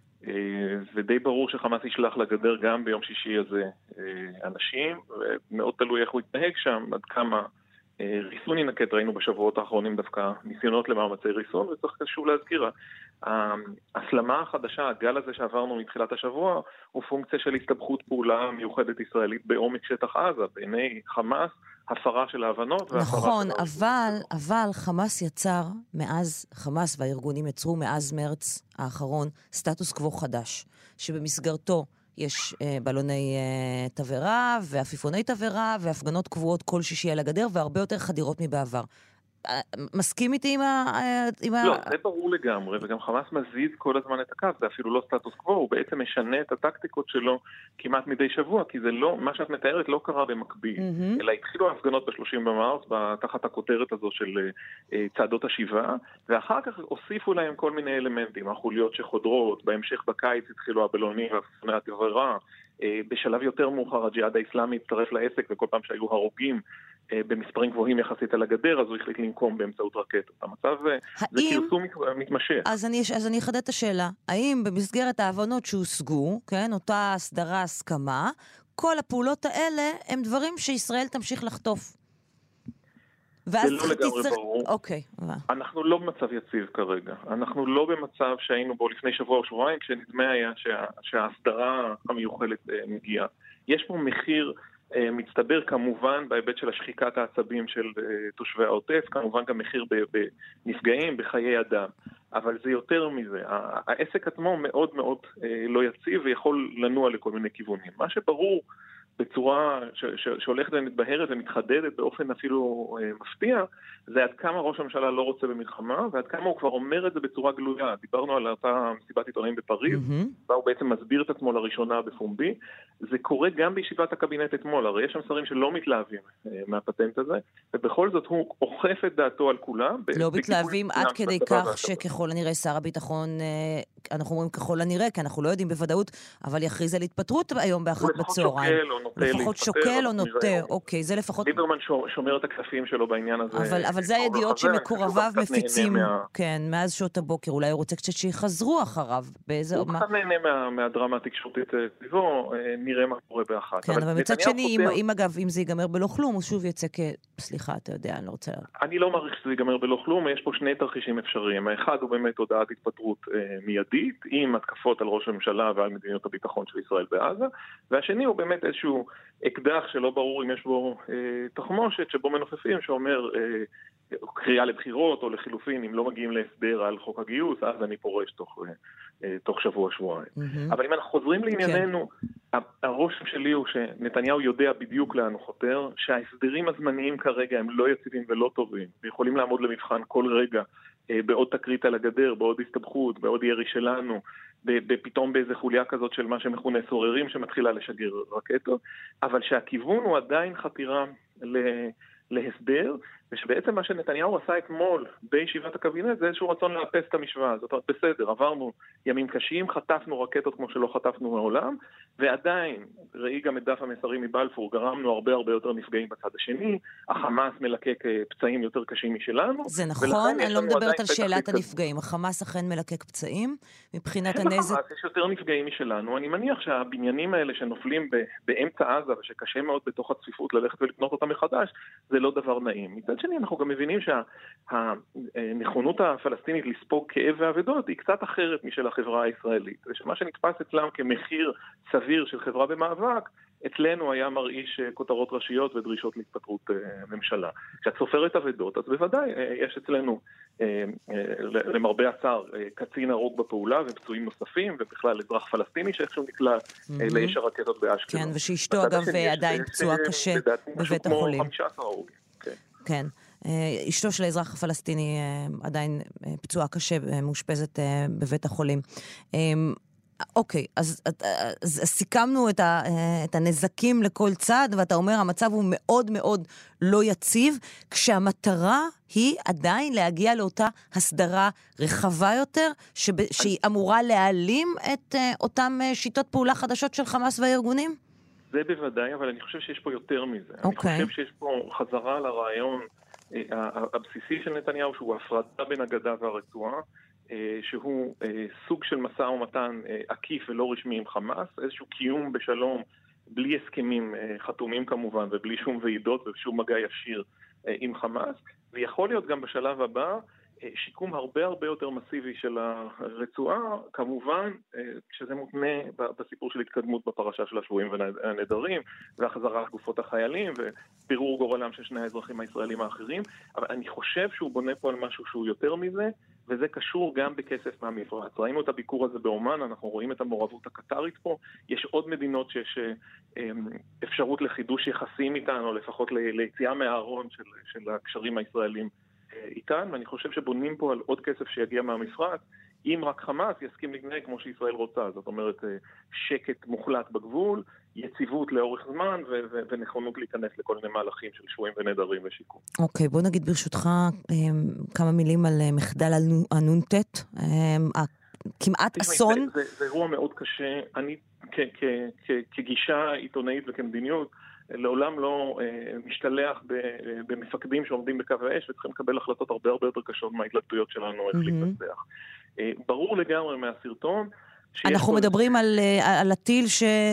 Speaker 21: ודי ברור שחמאס ישלח לגדר גם ביום שישי הזה אנשים, ומאוד תלוי איך הוא יתנהג שם, עד כמה ריסון ינקט, ראינו בשבועות האחרונים דווקא ניסיונות למאמצי ריסון, וצריך שוב להזכיר, ההסלמה החדשה, הגל הזה שעברנו מתחילת השבוע, הוא פונקציה של הסתבכות פעולה מיוחדת ישראלית בעומק שטח עזה, בעיני חמאס, הפרה של ההבנות.
Speaker 7: נכון, אבל חמאס יצר מאז, חמאס והארגונים יצרו מאז מרץ האחרון סטטוס קוו חדש, שבמסגרתו יש בלוני תברה ועפיפוני תברה והפגנות קבועות כל שישי על הגדר והרבה יותר חדירות מבעבר. מסכים איתי עם
Speaker 21: לא, זה ברור לגמרי, וגם חמאס מזיז כל הזמן את הקו, זה אפילו לא סטטוס קוו, הוא בעצם משנה את הטקטיקות שלו כמעט מדי שבוע, כי זה לא, מה שאת מתארת לא קרה במקביל, אלא התחילו ההפגנות ב-30 במרץ, תחת הכותרת הזו של צעדות השיבה, ואחר כך הוסיפו להם כל מיני אלמנטים, החוליות שחודרות, בהמשך בקיץ התחילו הבלונים והפגנות התברה, בשלב יותר מאוחר הג'יהאד האסלאמי הצטרף לעסק, וכל פעם שהיו הרוגים במספרים גבוהים יחסית על הגדר, אז הוא החליט לנקום באמצעות רקטות. המצב זה כרסום מתמשך.
Speaker 7: אז אני אחדד את השאלה. האם במסגרת ההבנות שהושגו, כן, אותה הסדרה, הסכמה, כל הפעולות האלה הם דברים שישראל תמשיך לחטוף?
Speaker 21: זה לא לגמרי ברור.
Speaker 7: אוקיי.
Speaker 21: אנחנו לא במצב יציב כרגע. אנחנו לא במצב שהיינו בו לפני שבוע או שבועיים, כשנדמה היה שההסדרה המיוחלת מגיעה. יש פה מחיר מצטבר כמובן בהיבט של השחיקת העצבים של תושבי העוטף, כמובן גם מחיר בנפגעים, בחיי אדם. אבל זה יותר מזה. העסק עצמו מאוד מאוד לא יציב ויכול לנוע לכל מיני כיוונים. מה שברור בצורה שהולכת ומתבהרת ומתחדדת באופן אפילו מפתיע, זה עד כמה ראש הממשלה לא רוצה במלחמה, ועד כמה הוא כבר אומר את זה בצורה גלויה. דיברנו על אותה מסיבת עיתונאים בפריז, בה הוא בעצם מסביר את עצמו לראשונה בפומבי. זה קורה גם בישיבת הקבינט אתמול, הרי יש שם שרים שלא מתלהבים מהפטנט הזה, ובכל זאת הוא אוכף את דעתו על כולם.
Speaker 7: לא מתלהבים עד כדי כך שככל הנראה שר הביטחון, אנחנו אומרים ככל הנראה, כי אנחנו לא יודעים בוודאות, אבל יכריז על התפטרות היום באחת בצהריים. לפחות שוקל או נוטה, אוקיי, זה לפחות...
Speaker 21: ליברמן שומר את הכספים שלו בעניין הזה.
Speaker 7: אבל זה הידיעות שמקורביו מפיצים, כן, מאז שעות הבוקר, אולי הוא רוצה קצת שיחזרו אחריו.
Speaker 21: הוא קצת נהנה מהדרמה התקשורתית סביבו, נראה מה קורה באחת.
Speaker 7: כן, אבל מצד שני, אם זה ייגמר בלא כלום, הוא שוב יצא סליחה, אתה יודע, אני לא רוצה...
Speaker 21: אני לא מעריך שזה ייגמר בלא כלום, יש פה שני תרחישים אפשריים. האחד הוא באמת הודעת התפטרות מיידית, עם התקפות על ראש הממשלה ועל מדיניות הביטחון של ישראל בעזה, והשני הוא באמת איזשהו אקדח שלא ברור אם יש בו תחמושת שבו מנופפים שאומר קריאה לבחירות או לחילופין, אם לא מגיעים להסדר על חוק הגיוס, אז אני פורש תוך שבוע-שבועיים. אבל אם אנחנו חוזרים לענייננו, הרושם שלי הוא שנתניהו יודע בדיוק לאן הוא חותר, שההסדרים הזמניים כרגע הם לא יציבים ולא טובים, ויכולים לעמוד למבחן כל רגע בעוד תקרית על הגדר, בעוד הסתבכות, בעוד ירי שלנו, פתאום באיזה חוליה כזאת של מה שמכונה סוררים שמתחילה לשגר רקטות, אבל שהכיוון הוא עדיין חתירה להסדר, ושבעצם מה שנתניהו עשה אתמול בישיבת הקבינט זה איזשהו רצון לאפס את המשוואה. זאת אומרת, בסדר, עברנו ימים קשים, חטפנו רקטות כמו שלא חטפנו מעולם, ועדיין, ראי גם את דף המסרים מבלפור, גרמנו הרבה יותר נפגעים בצד השני, החמאס מלקק פצעים יותר קשים משלנו.
Speaker 7: זה נכון, אני לא מדברת על שאלת הנפגעים, החמאס אכן מלקק פצעים, מבחינת הנזק...
Speaker 21: יש יותר נפגעים משלנו, אני מניח שהבניינים האלה שנופלים באמצע עזה, ושקשה מאוד בתוך הצפיפות ללכת ולקנות אותם מחדש, זה לא דבר נעים. מצד שני, אנחנו גם מבינים שהנכונות הפלסטינית לספוג כאב ועבדות היא קצת אחרת משל החברה הישראלית, ושמה שנתפס אצלם כמחיר סביר של חברה במאבק, אצלנו היה מרעיש כותרות ראשיות ודרישות להתפטרות ממשלה. כשאת סופרת אבדות, אז בוודאי יש אצלנו, למרבה הצער, קצין הרוג בפעולה ופצועים נוספים, ובכלל אזרח פלסטיני שאיכשהו נקלע לאש הרקטות באשקלון.
Speaker 7: כן, ושאשתו אגב עדיין פצועה קשה בבית החולים.
Speaker 21: כמו 15 הרוגים.
Speaker 7: כן. אשתו של האזרח הפלסטיני עדיין פצועה קשה, מאושפזת בבית החולים. אוקיי, אז סיכמנו את הנזקים לכל צד, ואתה אומר, המצב הוא מאוד מאוד לא יציב, כשהמטרה היא עדיין להגיע לאותה הסדרה רחבה יותר, שהיא אמורה להעלים את אותם שיטות פעולה חדשות של חמאס והארגונים?
Speaker 21: זה בוודאי, אבל אני חושב שיש פה יותר מזה. אני חושב שיש פה חזרה לרעיון הבסיסי של נתניהו, שהוא הפרדה בין הגדה והרצועה, שהוא סוג של משא ומתן עקיף ולא רשמי עם חמאס, איזשהו קיום בשלום בלי הסכמים חתומים כמובן, ובלי שום ועידות ושום מגע ישיר עם חמאס, ויכול להיות גם בשלב הבא שיקום הרבה הרבה יותר מסיבי של הרצועה, כמובן שזה מותנה בסיפור של התקדמות בפרשה של השבויים והנעדרים, והחזרת גופות החיילים, ובירור גורלם של שני האזרחים הישראלים האחרים, אבל אני חושב שהוא בונה פה על משהו שהוא יותר מזה, וזה קשור גם בכסף מהמפרץ. ראינו את הביקור הזה באומן, אנחנו רואים את המעורבות הקטרית פה, יש עוד מדינות שיש אפשרות לחידוש יחסים איתן, או לפחות ליציאה מהארון של הקשרים הישראלים איתן, ואני חושב שבונים פה על עוד כסף שיגיע מהמפרץ, אם רק חמאס יסכים להתנהג כמו שישראל רוצה, זאת אומרת שקט מוחלט בגבול, יציבות לאורך זמן ונכונות להיכנס לכל מיני מהלכים של שבויים ונעדרים ושיקום.
Speaker 7: אוקיי, בוא נגיד ברשותך כמה מילים על מחדל הנ"ט, כמעט אסון.
Speaker 21: זה אירוע מאוד קשה, אני כגישה עיתונאית וכמדיניות, לעולם לא משתלח במפקדים שעומדים בקו האש, וצריכים לקבל החלטות הרבה הרבה יותר קשות מההתלבטויות שלנו איך להתנצח. ברור לגמרי מהסרטון,
Speaker 7: אנחנו מדברים על הטיל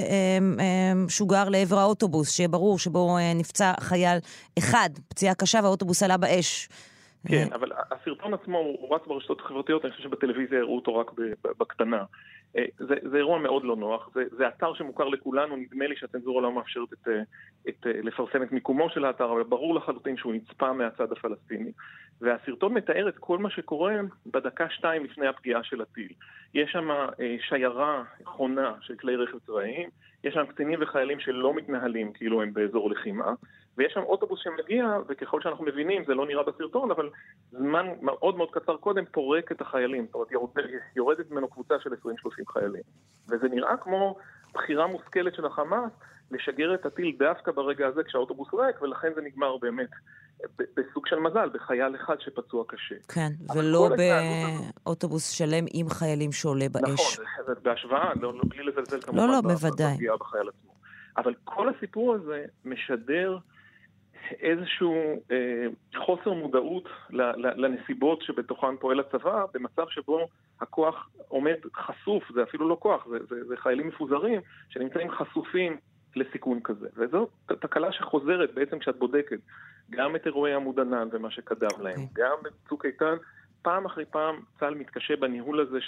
Speaker 7: ששוגר לעבר האוטובוס, שיהיה ברור שבו נפצע חייל אחד, פציעה קשה והאוטובוס עלה באש.
Speaker 21: כן, אבל הסרטון עצמו הוא רץ ברשתות החברתיות, אני חושב שבטלוויזיה הראו אותו רק בקטנה. זה אירוע מאוד לא נוח, זה אתר שמוכר לכולנו, נדמה לי שהצנזורה לא מאפשרת לפרסם את מיקומו של האתר, אבל ברור לחלוטין שהוא נצפה מהצד הפלסטיני. והסרטון מתאר את כל מה שקורה בדקה-שתיים לפני הפגיעה של הטיל. יש שם שיירה חונה של כלי רכב צבאיים, יש שם קצינים וחיילים שלא מתנהלים כאילו הם באזור לחימה, ויש שם אוטובוס שמגיע, וככל שאנחנו מבינים, זה לא נראה בסרטון, אבל זמן מאוד מאוד קצר קודם פורק את החיילים, זאת אומרת, יורדת ממנו קבוצה של 20-30 חיילים. וזה נראה כמו בחירה מושכלת של החמאס, לשגר את הטיל דווקא ברגע הזה כשהאוטובוס ריק, ולכן זה נגמר באמת בסוג של מזל, בחייל אחד שפצוע קשה.
Speaker 7: כן, ולא באוטובוס שלם עם חיילים שעולה באש.
Speaker 21: נכון, זה בהשוואה, בלי לזלזל כמובן בפגיעה בחייל עצמו. אבל כל הסיפור הזה משדר איזשהו חוסר מודעות לנסיבות שבתוכן פועל הצבא, במצב שבו הכוח עומד חשוף, זה אפילו לא כוח, זה חיילים מפוזרים שנמצאים חשופים לסיכון כזה. וזו תקלה שחוזרת בעצם כשאת בודקת גם את אירועי עמוד ענן ומה שקדם להם, גם בצוק איתן, פעם אחרי פעם צה"ל מתקשה בניהול הזה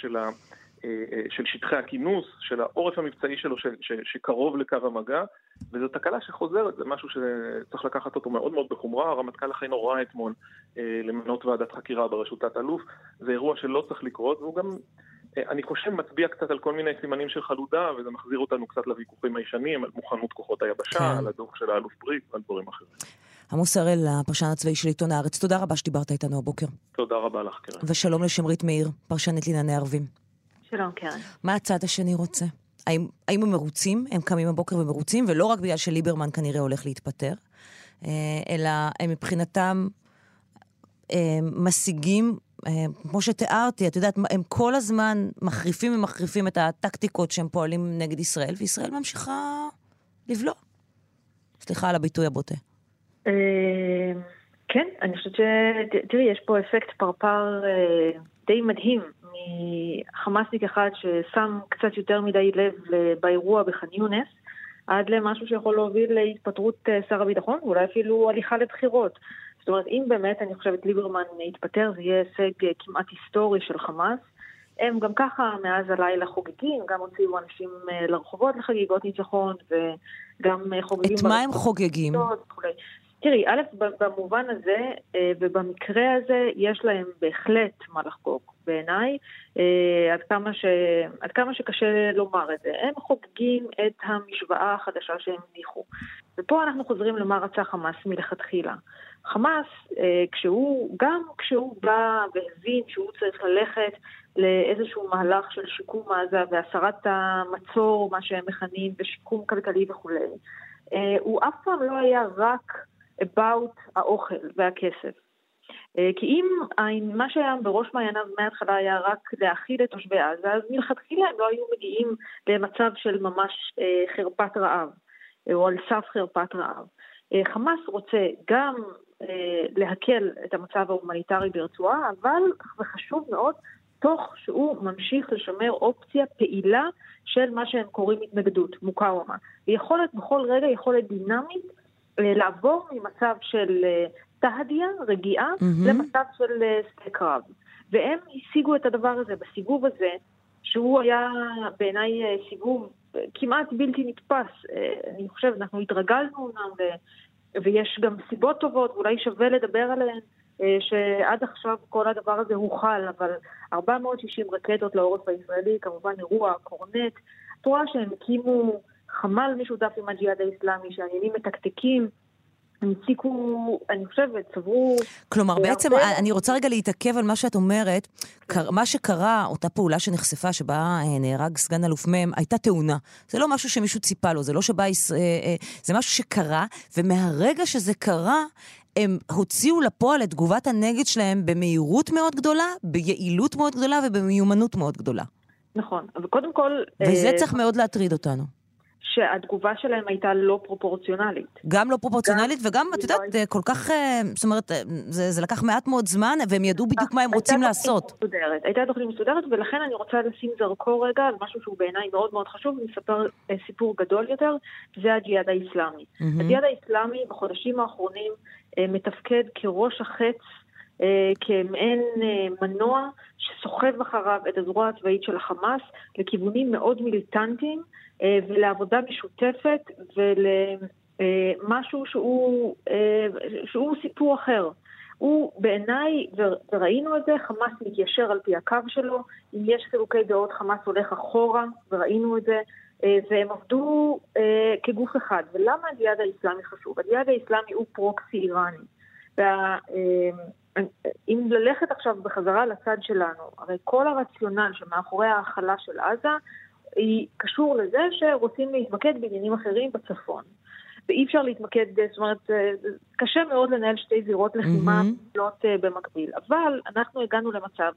Speaker 21: של שטחי הכינוס, של העורף המבצעי שלו שקרוב לקו המגע, וזו תקלה שחוזרת, זה משהו שצריך לקחת אותו מאוד מאוד בחומרה. הרמטכ"ל אכן הורה אתמול למנות ועדת חקירה בראשות תת-אלוף, זה אירוע שלא צריך לקרות, והוא גם, אני חושב, מצביע קצת על כל מיני סימנים של חלודה, וזה מחזיר אותנו קצת לוויכוחים הישנים, על מוכנות כוחות היבשה, על הדוח של האלוף ברית, על דברים אחרים.
Speaker 7: עמוס הראל, הפרשן הצבאי של עיתון הארץ, תודה רבה שדיברת איתנו הבוקר.
Speaker 21: תודה רבה לך, קרן.
Speaker 7: ושלום לשמרית מאיר, פרשנית לענייני ערבים.
Speaker 3: שלום, קרן.
Speaker 7: מה הצד השני רוצה? האם הם מרוצים? הם קמים בבוקר ומרוצים, ולא רק בגלל שליברמן כנראה הולך להתפטר, אלא הם מבחינתם משיגים, כמו שתיארתי, את יודעת, הם כל הזמן מחריפים את הטקטיקות שהם פועלים נגד ישראל, וישראל ממשיכה לבלוע. סליחה על הביטוי הבוטה.
Speaker 3: כן, אני חושבת תראי, יש פה אפקט פרפר די מדהים, מחמאסניק אחד ששם קצת יותר מדי לב באירוע בח'אן יונס, עד למשהו שיכול להוביל להתפטרות שר הביטחון, ואולי אפילו הליכה לבחירות. זאת אומרת, אם באמת אני חושבת ליברמן יתפטר, זה יהיה הישג כמעט היסטורי של חמאס, הם גם ככה מאז הלילה חוגגים, גם הוציאו אנשים לרחובות לחגיגות ניצחון, וגם חוגגים...
Speaker 7: את מה הם חוגגים?
Speaker 3: תראי, א', במובן הזה ובמקרה הזה יש להם בהחלט מה לחגוג בעיניי, עד כמה שקשה לומר את זה. הם חוגגים את המשוואה החדשה שהם ניחו. ופה אנחנו חוזרים למה רצה חמאס מלכתחילה. חמאס, כשהוא בא והבין שהוא צריך ללכת לאיזשהו מהלך של שיקום עזה והסרת המצור, מה שהם מכנים, ושיקום כלכלי וכו', הוא אף פעם לא היה רק about האוכל והכסף. כי אם מה שהיה בראש מעייניו מההתחלה היה רק להאכיל את תושבי עזה, אז מלכתחילה הם לא היו מגיעים למצב של ממש חרפת רעב, או על סף חרפת רעב. חמאס רוצה גם להקל את המצב ההומניטרי ברצועה, אבל וחשוב מאוד, תוך שהוא ממשיך לשמר אופציה פעילה של מה שהם קוראים התנגדות, מוקאומה. ויכולת בכל רגע, יכולת דינמית, לעבור ממצב של תהדיה, רגיעה, למצב של שדה קרב. והם השיגו את הדבר הזה בסיבוב הזה, שהוא היה בעיניי סיבוב כמעט בלתי נתפס. אני חושבת, אנחנו התרגלנו ויש גם סיבות טובות, ואולי שווה לדבר עליהן, שעד עכשיו כל הדבר הזה הוחל, אבל 460 רקטות לעורף הישראלי, כמובן אירוע, קורנט, את רואה שהם הקימו חמ"ל משותף עם הג'יהאד האסלאמי, שהעניינים מתקתקים, הם הציקו, אני חושבת, צברו...
Speaker 7: כלומר, בעצם, אני רוצה רגע להתעכב על מה שאת אומרת, מה שקרה, אותה פעולה שנחשפה, שבה נהרג סגן אלוף מם, הייתה תאונה. זה לא משהו שמישהו ציפה לו, זה לא שבא... זה משהו שקרה, ומהרגע שזה קרה, הם הוציאו לפועל את תגובת הנגד שלהם במהירות מאוד גדולה, ביעילות מאוד גדולה ובמיומנות מאוד גדולה.
Speaker 3: נכון, אבל קודם כל...
Speaker 7: וזה צריך מאוד להטריד אותנו.
Speaker 3: שהתגובה שלהם הייתה לא פרופורציונלית.
Speaker 7: גם לא פרופורציונלית, וגם, את יודעת, כל כך, זאת אומרת, זה לקח מעט מאוד זמן, והם ידעו בדיוק מה הם רוצים לעשות.
Speaker 3: הייתה תוכנית מסודרת, ולכן אני רוצה לשים זרקור רגע, על משהו שהוא בעיניי מאוד מאוד חשוב, ולספר סיפור גדול יותר, זה הג'יהאד האסלאמי. הג'יהאד האסלאמי בחודשים האחרונים מתפקד כראש החץ, כמעין מנוע שסוחב אחריו את הזרוע הצבאית של החמאס, לכיוונים מאוד מיליטנטיים, ולעבודה משותפת ולמשהו שהוא סיפור אחר. הוא בעיניי, וראינו את זה, חמאס מתיישר על פי הקו שלו, אם יש חילוקי דעות חמאס הולך אחורה, וראינו את זה, והם עבדו כגוף אחד. ולמה הג'יהאד האסלאמי חשוב? הג'יהאד האסלאמי הוא פרוקסי איראני. אם ללכת עכשיו בחזרה לצד שלנו, הרי כל הרציונל שמאחורי ההכלה של עזה, היא קשור לזה שרוצים להתמקד בעניינים אחרים בצפון. ואי אפשר להתמקד, זאת אומרת, קשה מאוד לנהל שתי זירות לחימה במקביל. אבל אנחנו הגענו למצב,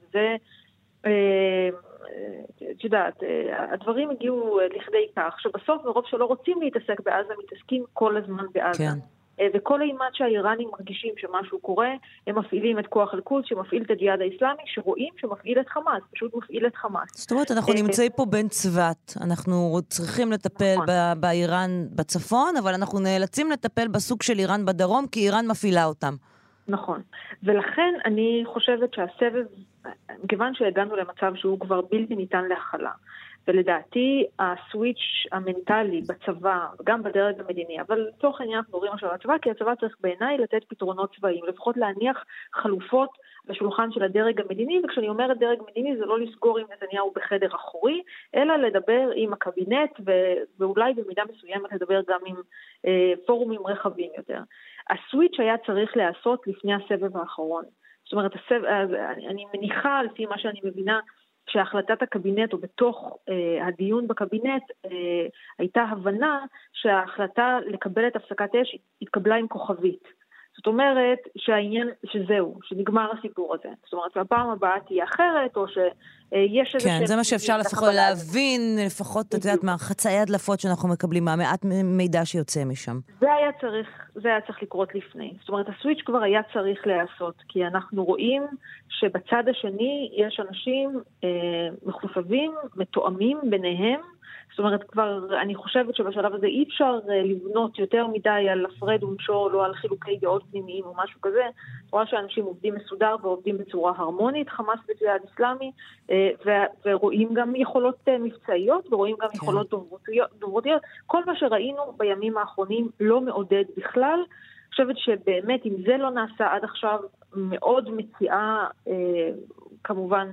Speaker 3: את יודעת, הדברים הגיעו לכדי כך, שבסוף מרוב שלא רוצים להתעסק בעזה, מתעסקים כל הזמן בעזה. כן. וכל אימת שהאיראנים מרגישים שמשהו קורה, הם מפעילים את כוח אל-קודס, שמפעיל את הג'יהאד האסלאמי, שרואים שמפעיל את חמאס, פשוט מפעיל את חמאס.
Speaker 7: זאת אומרת, אנחנו נמצאים פה בין צוות, אנחנו צריכים לטפל באיראן בצפון, אבל אנחנו נאלצים לטפל בסוג של איראן בדרום, כי איראן מפעילה אותם.
Speaker 3: נכון, ולכן אני חושבת שהסבב, כיוון שהגענו למצב שהוא כבר בלתי ניתן להכלה, ולדעתי הסוויץ' המנטלי בצבא, גם בדרג המדיני, אבל תוך העניין אנחנו מדברים עכשיו על הצבא, כי הצבא צריך בעיניי לתת פתרונות צבאיים, לפחות להניח חלופות לשולחן של הדרג המדיני, וכשאני אומרת דרג מדיני זה לא לסגור עם נתניהו בחדר אחורי, אלא לדבר עם הקבינט, ואולי במידה מסוימת לדבר גם עם פורומים רחבים יותר. הסוויץ' היה צריך לעשות לפני הסבב האחרון. זאת אומרת, אני מניחה לפי מה שאני מבינה, שהחלטת הקבינט או בתוך הדיון בקבינט הייתה הבנה שההחלטה לקבל את הפסקת אש התקבלה עם כוכבית. זאת אומרת שהעניין, שזהו, שנגמר הסיפור הזה. זאת אומרת, הפעם הבאה תהיה אחרת, או שיש איזה...
Speaker 7: כן, זה מה שאפשר לפחות להבין, לפחות, את יודעת, מהחצאי הדלפות שאנחנו מקבלים, מהמעט מידע שיוצא משם.
Speaker 3: זה היה צריך לקרות לפני. זאת אומרת, הסוויץ' כבר היה צריך לעשות, כי אנחנו רואים שבצד השני יש אנשים מחושבים, מתואמים ביניהם, זאת אומרת, כבר אני חושבת שבשלב הזה אי אפשר לבנות יותר מדי על הפרד ומשול או על חילוקי דעות פנימיים או משהו כזה. רואה שאנשים עובדים מסודר ועובדים בצורה הרמונית, חמאס וג'יהאד אסלאמי, ורואים גם יכולות מבצעיות ורואים גם יכולות דוברותיות. כל מה שראינו בימים האחרונים לא מעודד בכלל. אני חושבת שבאמת אם זה לא נעשה עד עכשיו, מאוד מציעה כמובן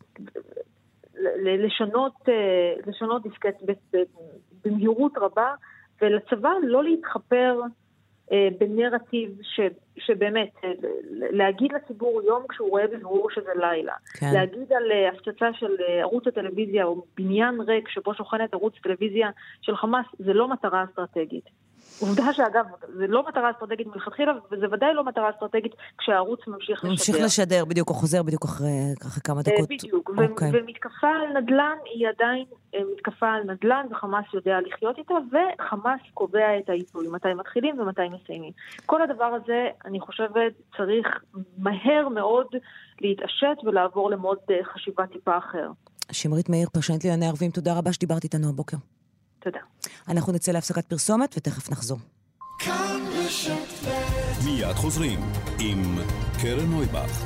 Speaker 3: לשנות דיסקט במהירות רבה, ולצבא לא להתחפר בנרטיב שבאמת, להגיד לציבור יום כשהוא רואה בבירור שזה לילה. כן. להגיד על הפצצה של ערוץ הטלוויזיה או בניין ריק שבו שוכנת ערוץ טלוויזיה של חמאס, זה לא מטרה אסטרטגית. עובדה שאגב, זה לא מטרה אסטרטגית מלכתחילה, וזה ודאי לא מטרה אסטרטגית כשהערוץ ממשיך
Speaker 7: לשדר, בדיוק, או חוזר בדיוק אחרי כמה דקות.
Speaker 3: בדיוק, ומתקפה על נדל"ן היא עדיין מתקפה על נדל"ן, וחמאס יודע לחיות איתה, וחמאס קובע את העיתוי, מתי מתחילים ומתי מסיימים. כל הדבר הזה, אני חושבת, צריך מהר מאוד להתעשת ולעבור למוד חשיבה טיפה אחר.
Speaker 7: שמרית מאיר, פרשנית לענייני ערבים, תודה רבה שדיברת איתנו הבוקר.
Speaker 3: תודה.
Speaker 7: אנחנו נצא להפסקת פרסומת ותכף נחזור.
Speaker 12: מיד חוזרים עם קרן נויבך.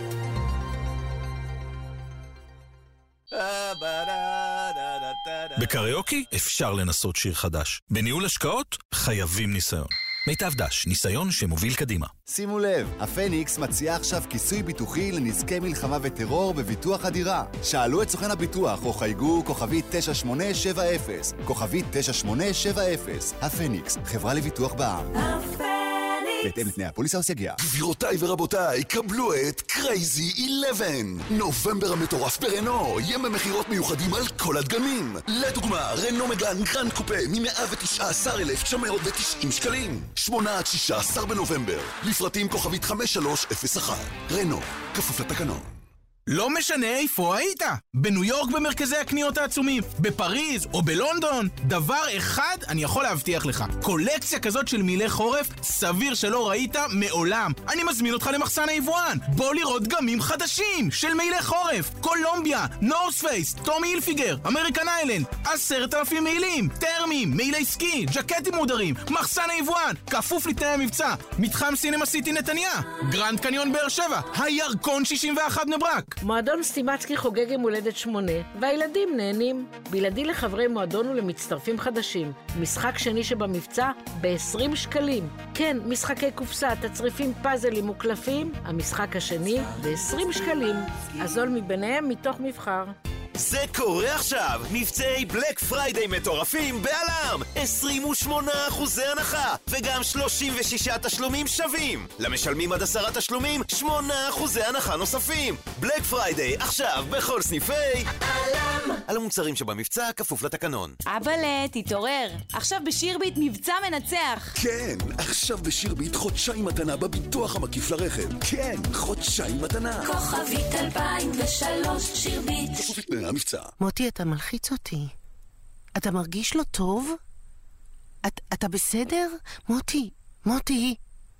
Speaker 12: בקריוקי אפשר לנסות שיר חדש. בניהול השקעות חייבים ניסיון. מיטב דש, ניסיון שמוביל קדימה.
Speaker 4: שימו לב, הפניקס מציעה עכשיו כיסוי ביטוחי לנזקי מלחמה וטרור בביטוח הדירה. שאלו את סוכן הביטוח או חייגו כוכבית 9870. כוכבית 9870. הפניקס, חברה לביטוח בע"מ. בהתאם לתנאי הפוליסה וסייגיה.
Speaker 19: גבירותיי ורבותיי, קבלו את קרייזי 11. נובמבר המטורף ברנו, יהיה במחירות מיוחדים על כל הדגמים. לדוגמה, רנו מגן גרנד קופה מ-119,990 שקלים. 8 עד 16 בנובמבר. לפרטים כוכבית 5301. רנו, כפוף לתקנון.
Speaker 22: לא משנה איפה היית, בניו יורק במרכזי הקניות העצומים, בפריז או בלונדון, דבר אחד אני יכול להבטיח לך, קולקציה כזאת של מילי חורף, סביר שלא ראית מעולם. אני מזמין אותך למחסן היבואן, בוא לראות דגמים חדשים של מילי חורף, קולומביה, נורס פייס, טומי הילפיגר, אמריקן איילנד, 10,000 מילים, טרמים, מילי סקי, ג'קטים מודרים, מחסן היבואן, כפוף לתנאי המבצע, מתחם סינמה סיטי נתניה, גרנד קניון באר שבע, הירקון 61 בני ברק.
Speaker 23: מועדון סטימצקי חוגג יום הולדת 8, והילדים נהנים. בלעדי לחברי מועדון ולמצטרפים חדשים. משחק שני שבמבצע ב-20 שקלים. כן, משחקי קופסה, תצריפים, פאזלים וקלפים. המשחק השני ב-20 שקלים. הזול מביניהם מתוך מבחר.
Speaker 24: זה קורה עכשיו! מבצעי בלק פריידיי מטורפים בעלם! 28% הנחה, וגם 36 תשלומים שווים! למשלמים עד 10 תשלומים, 8% הנחה נוספים! בלק פריידיי עכשיו בכל סניפי עלם! על המוצרים שבמבצע כפוף לתקנון.
Speaker 18: אבאלה, תתעורר! עכשיו בשירביט מבצע מנצח!
Speaker 19: כן, עכשיו בשירביט חודשיים מתנה בביטוח המקיף לרכב. כן, חודשיים מתנה.
Speaker 6: כוכבית 2003 שירביט.
Speaker 19: המבצע.
Speaker 25: מוטי, אתה מלחיץ אותי. אתה מרגיש לא טוב? אתה בסדר? מוטי.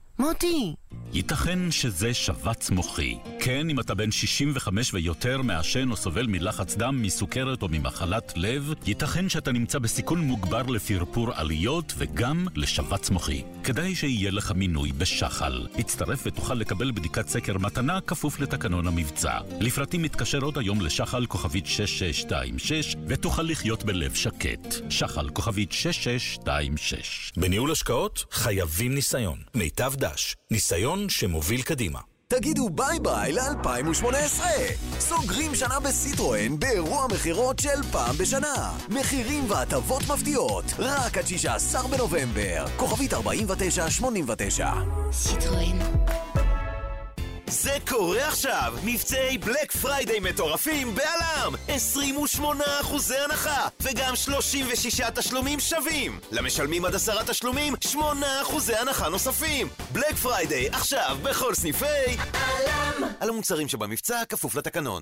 Speaker 26: ייתכן שזה שבץ מוחי. כן, אם אתה בן 65 ויותר מעשן או סובל מלחץ דם, מסוכרת או ממחלת לב, ייתכן שאתה נמצא בסיכון מוגבר לפרפור עליות וגם לשבץ מוחי. כדאי שיהיה לך מינוי בשחל. הצטרף ותוכל לקבל בדיקת סקר מתנה כפוף לתקנון המבצע. לפרטים מתקשר עוד היום לשחל כוכבית 6626 ותוכל לחיות בלב שקט. שחל כוכבית 6626.
Speaker 27: בניהול השקעות חייבים ניסיון. מיטב דש, ניסיון שמוביל קדימה.
Speaker 19: תגידו ביי ביי ל-2018. סוגרים שנה בסיטרואן באירוע מחירות של פעם בשנה. מחירים והטבות מפתיעות, רק עד 16 בנובמבר. כוכבית 4989.
Speaker 6: סיטרואן.
Speaker 24: זה קורה עכשיו! מבצעי בלק פריידיי מטורפים בעלם! 28% הנחה, וגם 36 תשלומים שווים! למשלמים עד 10 תשלומים, 8% הנחה נוספים! בלק פריידיי עכשיו בכל סניפי עלם! על המוצרים שבמבצע כפוף לתקנון.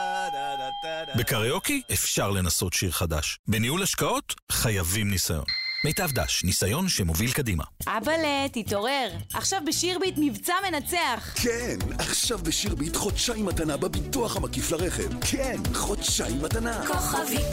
Speaker 27: בקריוקי אפשר לנסות שיר חדש. בניהול השקעות חייבים ניסיון. מיטב דש, ניסיון שמוביל קדימה.
Speaker 18: אבאלה, תתעורר. עכשיו בשירביט מבצע מנצח.
Speaker 1: כן, עכשיו בשירביט חודשיים מתנה בביטוח המקיף לרכב. כן, חודשיים מתנה.
Speaker 6: כוכבית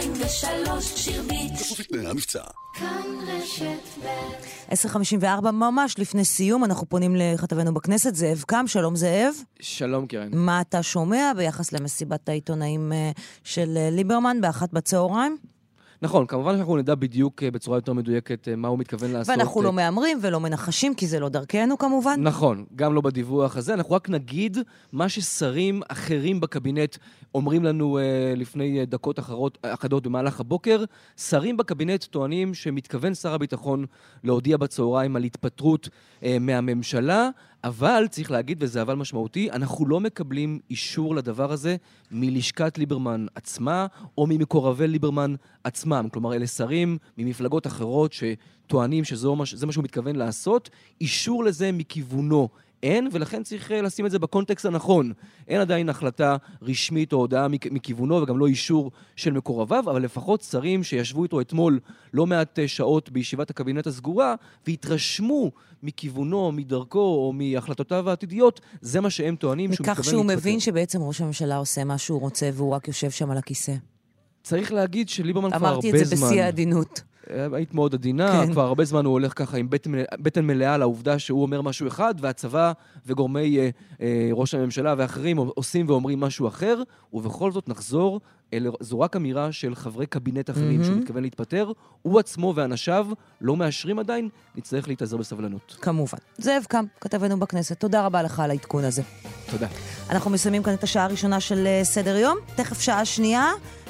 Speaker 6: 2003 שירביט.
Speaker 1: המבצע.
Speaker 6: כאן רשת ב'
Speaker 7: 10:54, ממש לפני סיום, אנחנו פונים לכתבנו בכנסת, זאב קם. שלום זאב.
Speaker 2: שלום קרן.
Speaker 7: מה אתה שומע ביחס למסיבת העיתונאים של ליברמן ב13:00?
Speaker 2: נכון, כמובן שאנחנו נדע בדיוק בצורה יותר מדויקת מה הוא מתכוון לעשות.
Speaker 7: ואנחנו לא מאמרים ולא מנחשים, כי זה לא דרכנו כמובן.
Speaker 2: נכון, גם לא בדיווח הזה. אנחנו רק נגיד מה ששרים אחרים בקבינט אומרים לנו לפני דקות אחדות במהלך הבוקר. שרים בקבינט טוענים שמתכוון שר הביטחון להודיע בצהריים על התפטרות מהממשלה, אבל צריך להגיד, וזה אבל משמעותי, אנחנו לא מקבלים אישור לדבר הזה מלשכת ליברמן עצמה, או ממקורבי ליברמן עצמם. כלומר, אלה שרים ממפלגות אחרות שטוענים שזה מה שהוא מתכוון לעשות. אישור לזה מכיוונו אין, ולכן צריך לשים את זה בקונטקסט הנכון. אין עדיין החלטה רשמית או הודעה מכיוונו, וגם לא אישור של מקורביו, אבל לפחות שרים שישבו איתו אתמול לא מעט שעות בישיבת הקבינט הסגורה, והתרשמו מכיוונו, מדרכו או מהחלטותיו העתידיות, זה מה שהם טוענים שהוא מתכוון להתפטר.
Speaker 7: מכך שהוא מבין שבעצם ראש הממשלה עושה מה שהוא רוצה, והוא רק יושב שם על הכיסא.
Speaker 2: צריך להגיד שליברמן כבר הרבה זמן...
Speaker 7: אמרתי את זה בשיא העדינות.
Speaker 2: היית מאוד עדינה, כבר הרבה זמן הוא הולך ככה עם בטן מלאה על העובדה שהוא אומר משהו אחד, והצבא וגורמי ראש הממשלה ואחרים עושים ואומרים משהו אחר, ובכל זאת נחזור, זו רק אמירה של חברי קבינט אחרים שהוא מתכוון להתפטר, הוא עצמו ואנשיו לא מאשרים עדיין, נצטרך להתאזר בסבלנות.
Speaker 7: כמובן. זאב קם, כתבנו בכנסת, תודה רבה לך על העדכון הזה.
Speaker 2: תודה.
Speaker 7: אנחנו מסיימים כאן את השעה הראשונה של סדר יום, תכף שעה שנייה,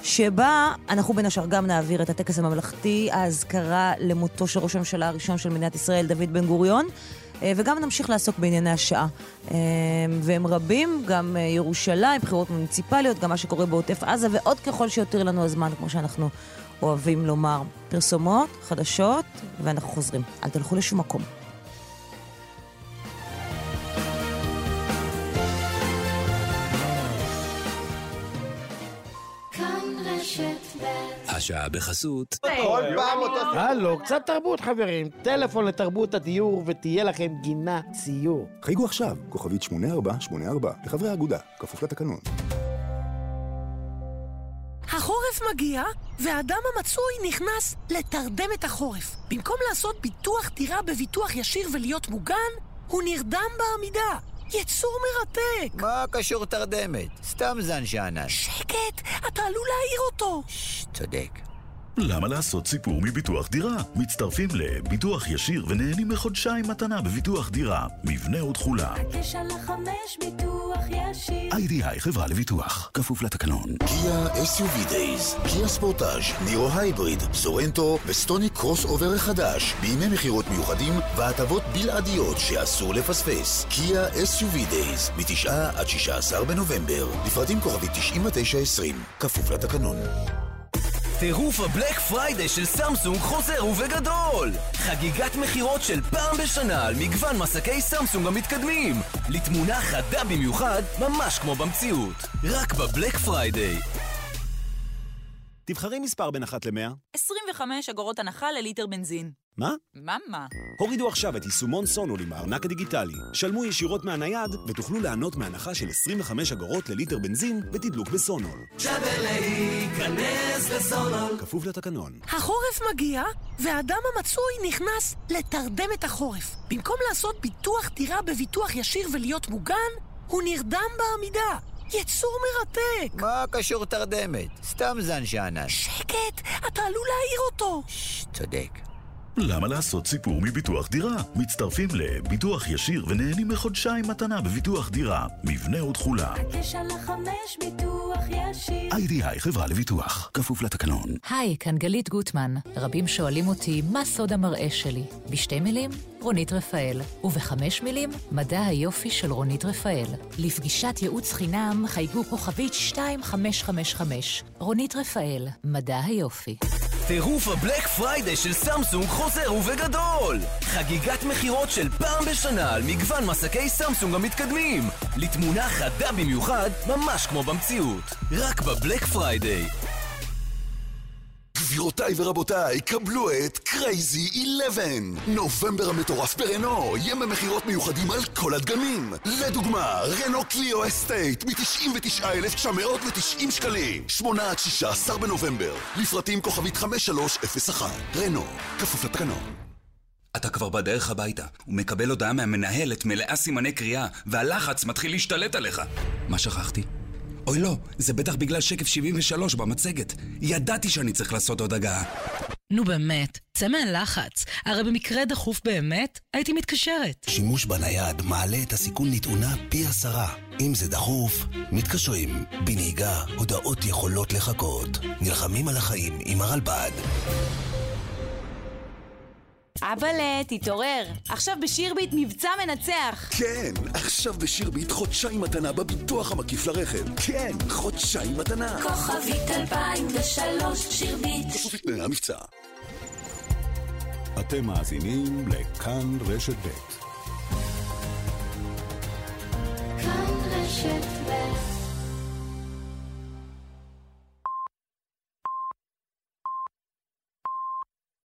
Speaker 7: שבה אנחנו בין השאר גם נעביר את הטקס הממלכתי, ההזכרה למותו של ראש הממשלה הראשון של מדינת ישראל, דוד בן גוריון, וגם נמשיך לעסוק בענייני השעה. והם רבים, גם ירושלים, בחירות מוניציפליות, גם מה שקורה בעוטף עזה, ועוד ככל שיותר לנו הזמן, כמו שאנחנו אוהבים לומר. פרסומות, חדשות, ואנחנו חוזרים. אל תלכו לשום מקום.
Speaker 27: השעה בחסות.
Speaker 5: כל פעם אותו... הלו, קצת תרבות חברים. טלפון לתרבות הדיור ותהיה לכם גינה ציור.
Speaker 8: חייגו עכשיו, כוכבית 8484, לחברי האגודה, כפוף לתקנון.
Speaker 9: החורף מגיע, והאדם המצוי נכנס לתרדם את החורף. במקום לעשות ביטוח דירה בביטוח ישיר ולהיות מוגן, הוא נרדם בעמידה. יצור מרתק.
Speaker 10: מה קשור תרדמת? סתם זן שענן.
Speaker 9: שקט, אתה עלול להעיר אותו.
Speaker 10: צודק.
Speaker 27: למה לעשות סיפור מביטוח דירה? מצטרפים לביטוח ישיר ונהנים מחודשיים מתנה בביטוח דירה. מבנה ותחולה.
Speaker 6: הקשר לחמש ביטוח ישיר.
Speaker 27: IDI חברה לביטוח. כפוף לתקנון.
Speaker 19: קיה SUV Days, קיה ספורטאז', נירו הייבריד, סורנטו וסטוניק קרוס אובר החדש. בימי מחירות מיוחדים והטבות בלעדיות שאסור לפספס. קיה SUV Days, מ-9 עד 16 בנובמבר. לפרטים כוכבית 9920. כפוף לתקנון.
Speaker 24: טירוף הבלק פריידי של סמסונג חוזר ובגדול! חגיגת מחירות של פעם בשנה על מגוון מסקי סמסונג המתקדמים, לתמונה חדה במיוחד, ממש כמו במציאות. רק בבלק פריידי.
Speaker 11: תבחרי מספר בין 1 ל-100.
Speaker 18: 25 אגורות הנחה לליטר בנזין.
Speaker 11: מה?
Speaker 18: מה?
Speaker 11: הורידו עכשיו את יישומון סונול עם הארנק הדיגיטלי. שלמו ישירות מהנייד ותוכלו ליהנות מהנחה של 25 אגורות לליטר בנזין ותדלוק בסונול.
Speaker 6: שווה להיכנס לסונול.
Speaker 11: כפוף לתקנון.
Speaker 9: החורף מגיע, והאדם המצוי נכנס לתרדם את החורף. במקום לעשות ביטוח דירה בביטוח ישיר ולהיות מוגן, הוא נרדם בעמידה. יצור מרתק.
Speaker 10: מה קשור תרדמת? סתם זן שענן.
Speaker 9: שקט, אתה עלול להעיר אותו.
Speaker 10: צודק.
Speaker 27: למה לעשות סיפור מביטוח דירה? מצטרפים לביטוח ישיר ונהנים מחודשיים מתנה בביטוח דירה. מבנה ותחולה.
Speaker 6: הקשר לחמש ביטוח ישיר.
Speaker 27: IDI חברה לביטוח. כפוף לתקנון.
Speaker 15: היי, כאן גלית גוטמן. רבים שואלים אותי מה סוד המראה שלי. בשתי מילים, רונית רפאל. ובחמש מילים, מדע היופי של רונית רפאל. לפגישת ייעוץ חינם חייגו כוכבית 2555. רונית רפאל, מדע היופי.
Speaker 24: טירוף הבלק פריידי של סמסונג חוזר ובגדול! חגיגת מחירות של פעם בשנה על מגוון מסקי סמסונג המתקדמים, לתמונה חדה במיוחד, ממש כמו במציאות. רק בבלק פריידי.
Speaker 1: גבירותיי ורבותיי, קבלו את קרייזי 11. נובמבר המטורף ברנו, ימי מחירות מיוחדים על כל הדגמים. לדוגמה, רנו קליו אסטייט מ-99,990 שקלים. 8 עד 16 בנובמבר. לפרטים כוכבית 5301. רנו, כפוף לתקנון.
Speaker 3: אתה כבר בדרך הביתה, ומקבל הודעה מהמנהלת מלאה סימני קריאה, והלחץ מתחיל להשתלט עליך. מה שכחתי? אוי לא, זה בטח בגלל שקף 73 במצגת. ידעתי שאני צריך לעשות עוד הגעה.
Speaker 13: נו באמת, צא מהלחץ. הרי במקרה דחוף באמת, הייתי מתקשרת.
Speaker 14: שימוש בנייד מעלה את הסיכון לתאונה פי 10. אם זה דחוף, מתקשרים. בנהיגה, הודעות יכולות לחכות. נלחמים על החיים עם הרלב"ד.
Speaker 18: אבאלה, תתעורר. עכשיו בשירביט מבצע מנצח.
Speaker 1: כן, עכשיו בשירביט חודשיים מתנה בביטוח המקיף לרכב. כן, חודשיים מתנה.
Speaker 6: כוכבית 2003 שירביט.
Speaker 1: כפוף לתנאי המבצע.
Speaker 8: אתם מאזינים לכאן רשת ב'.
Speaker 6: כאן רשת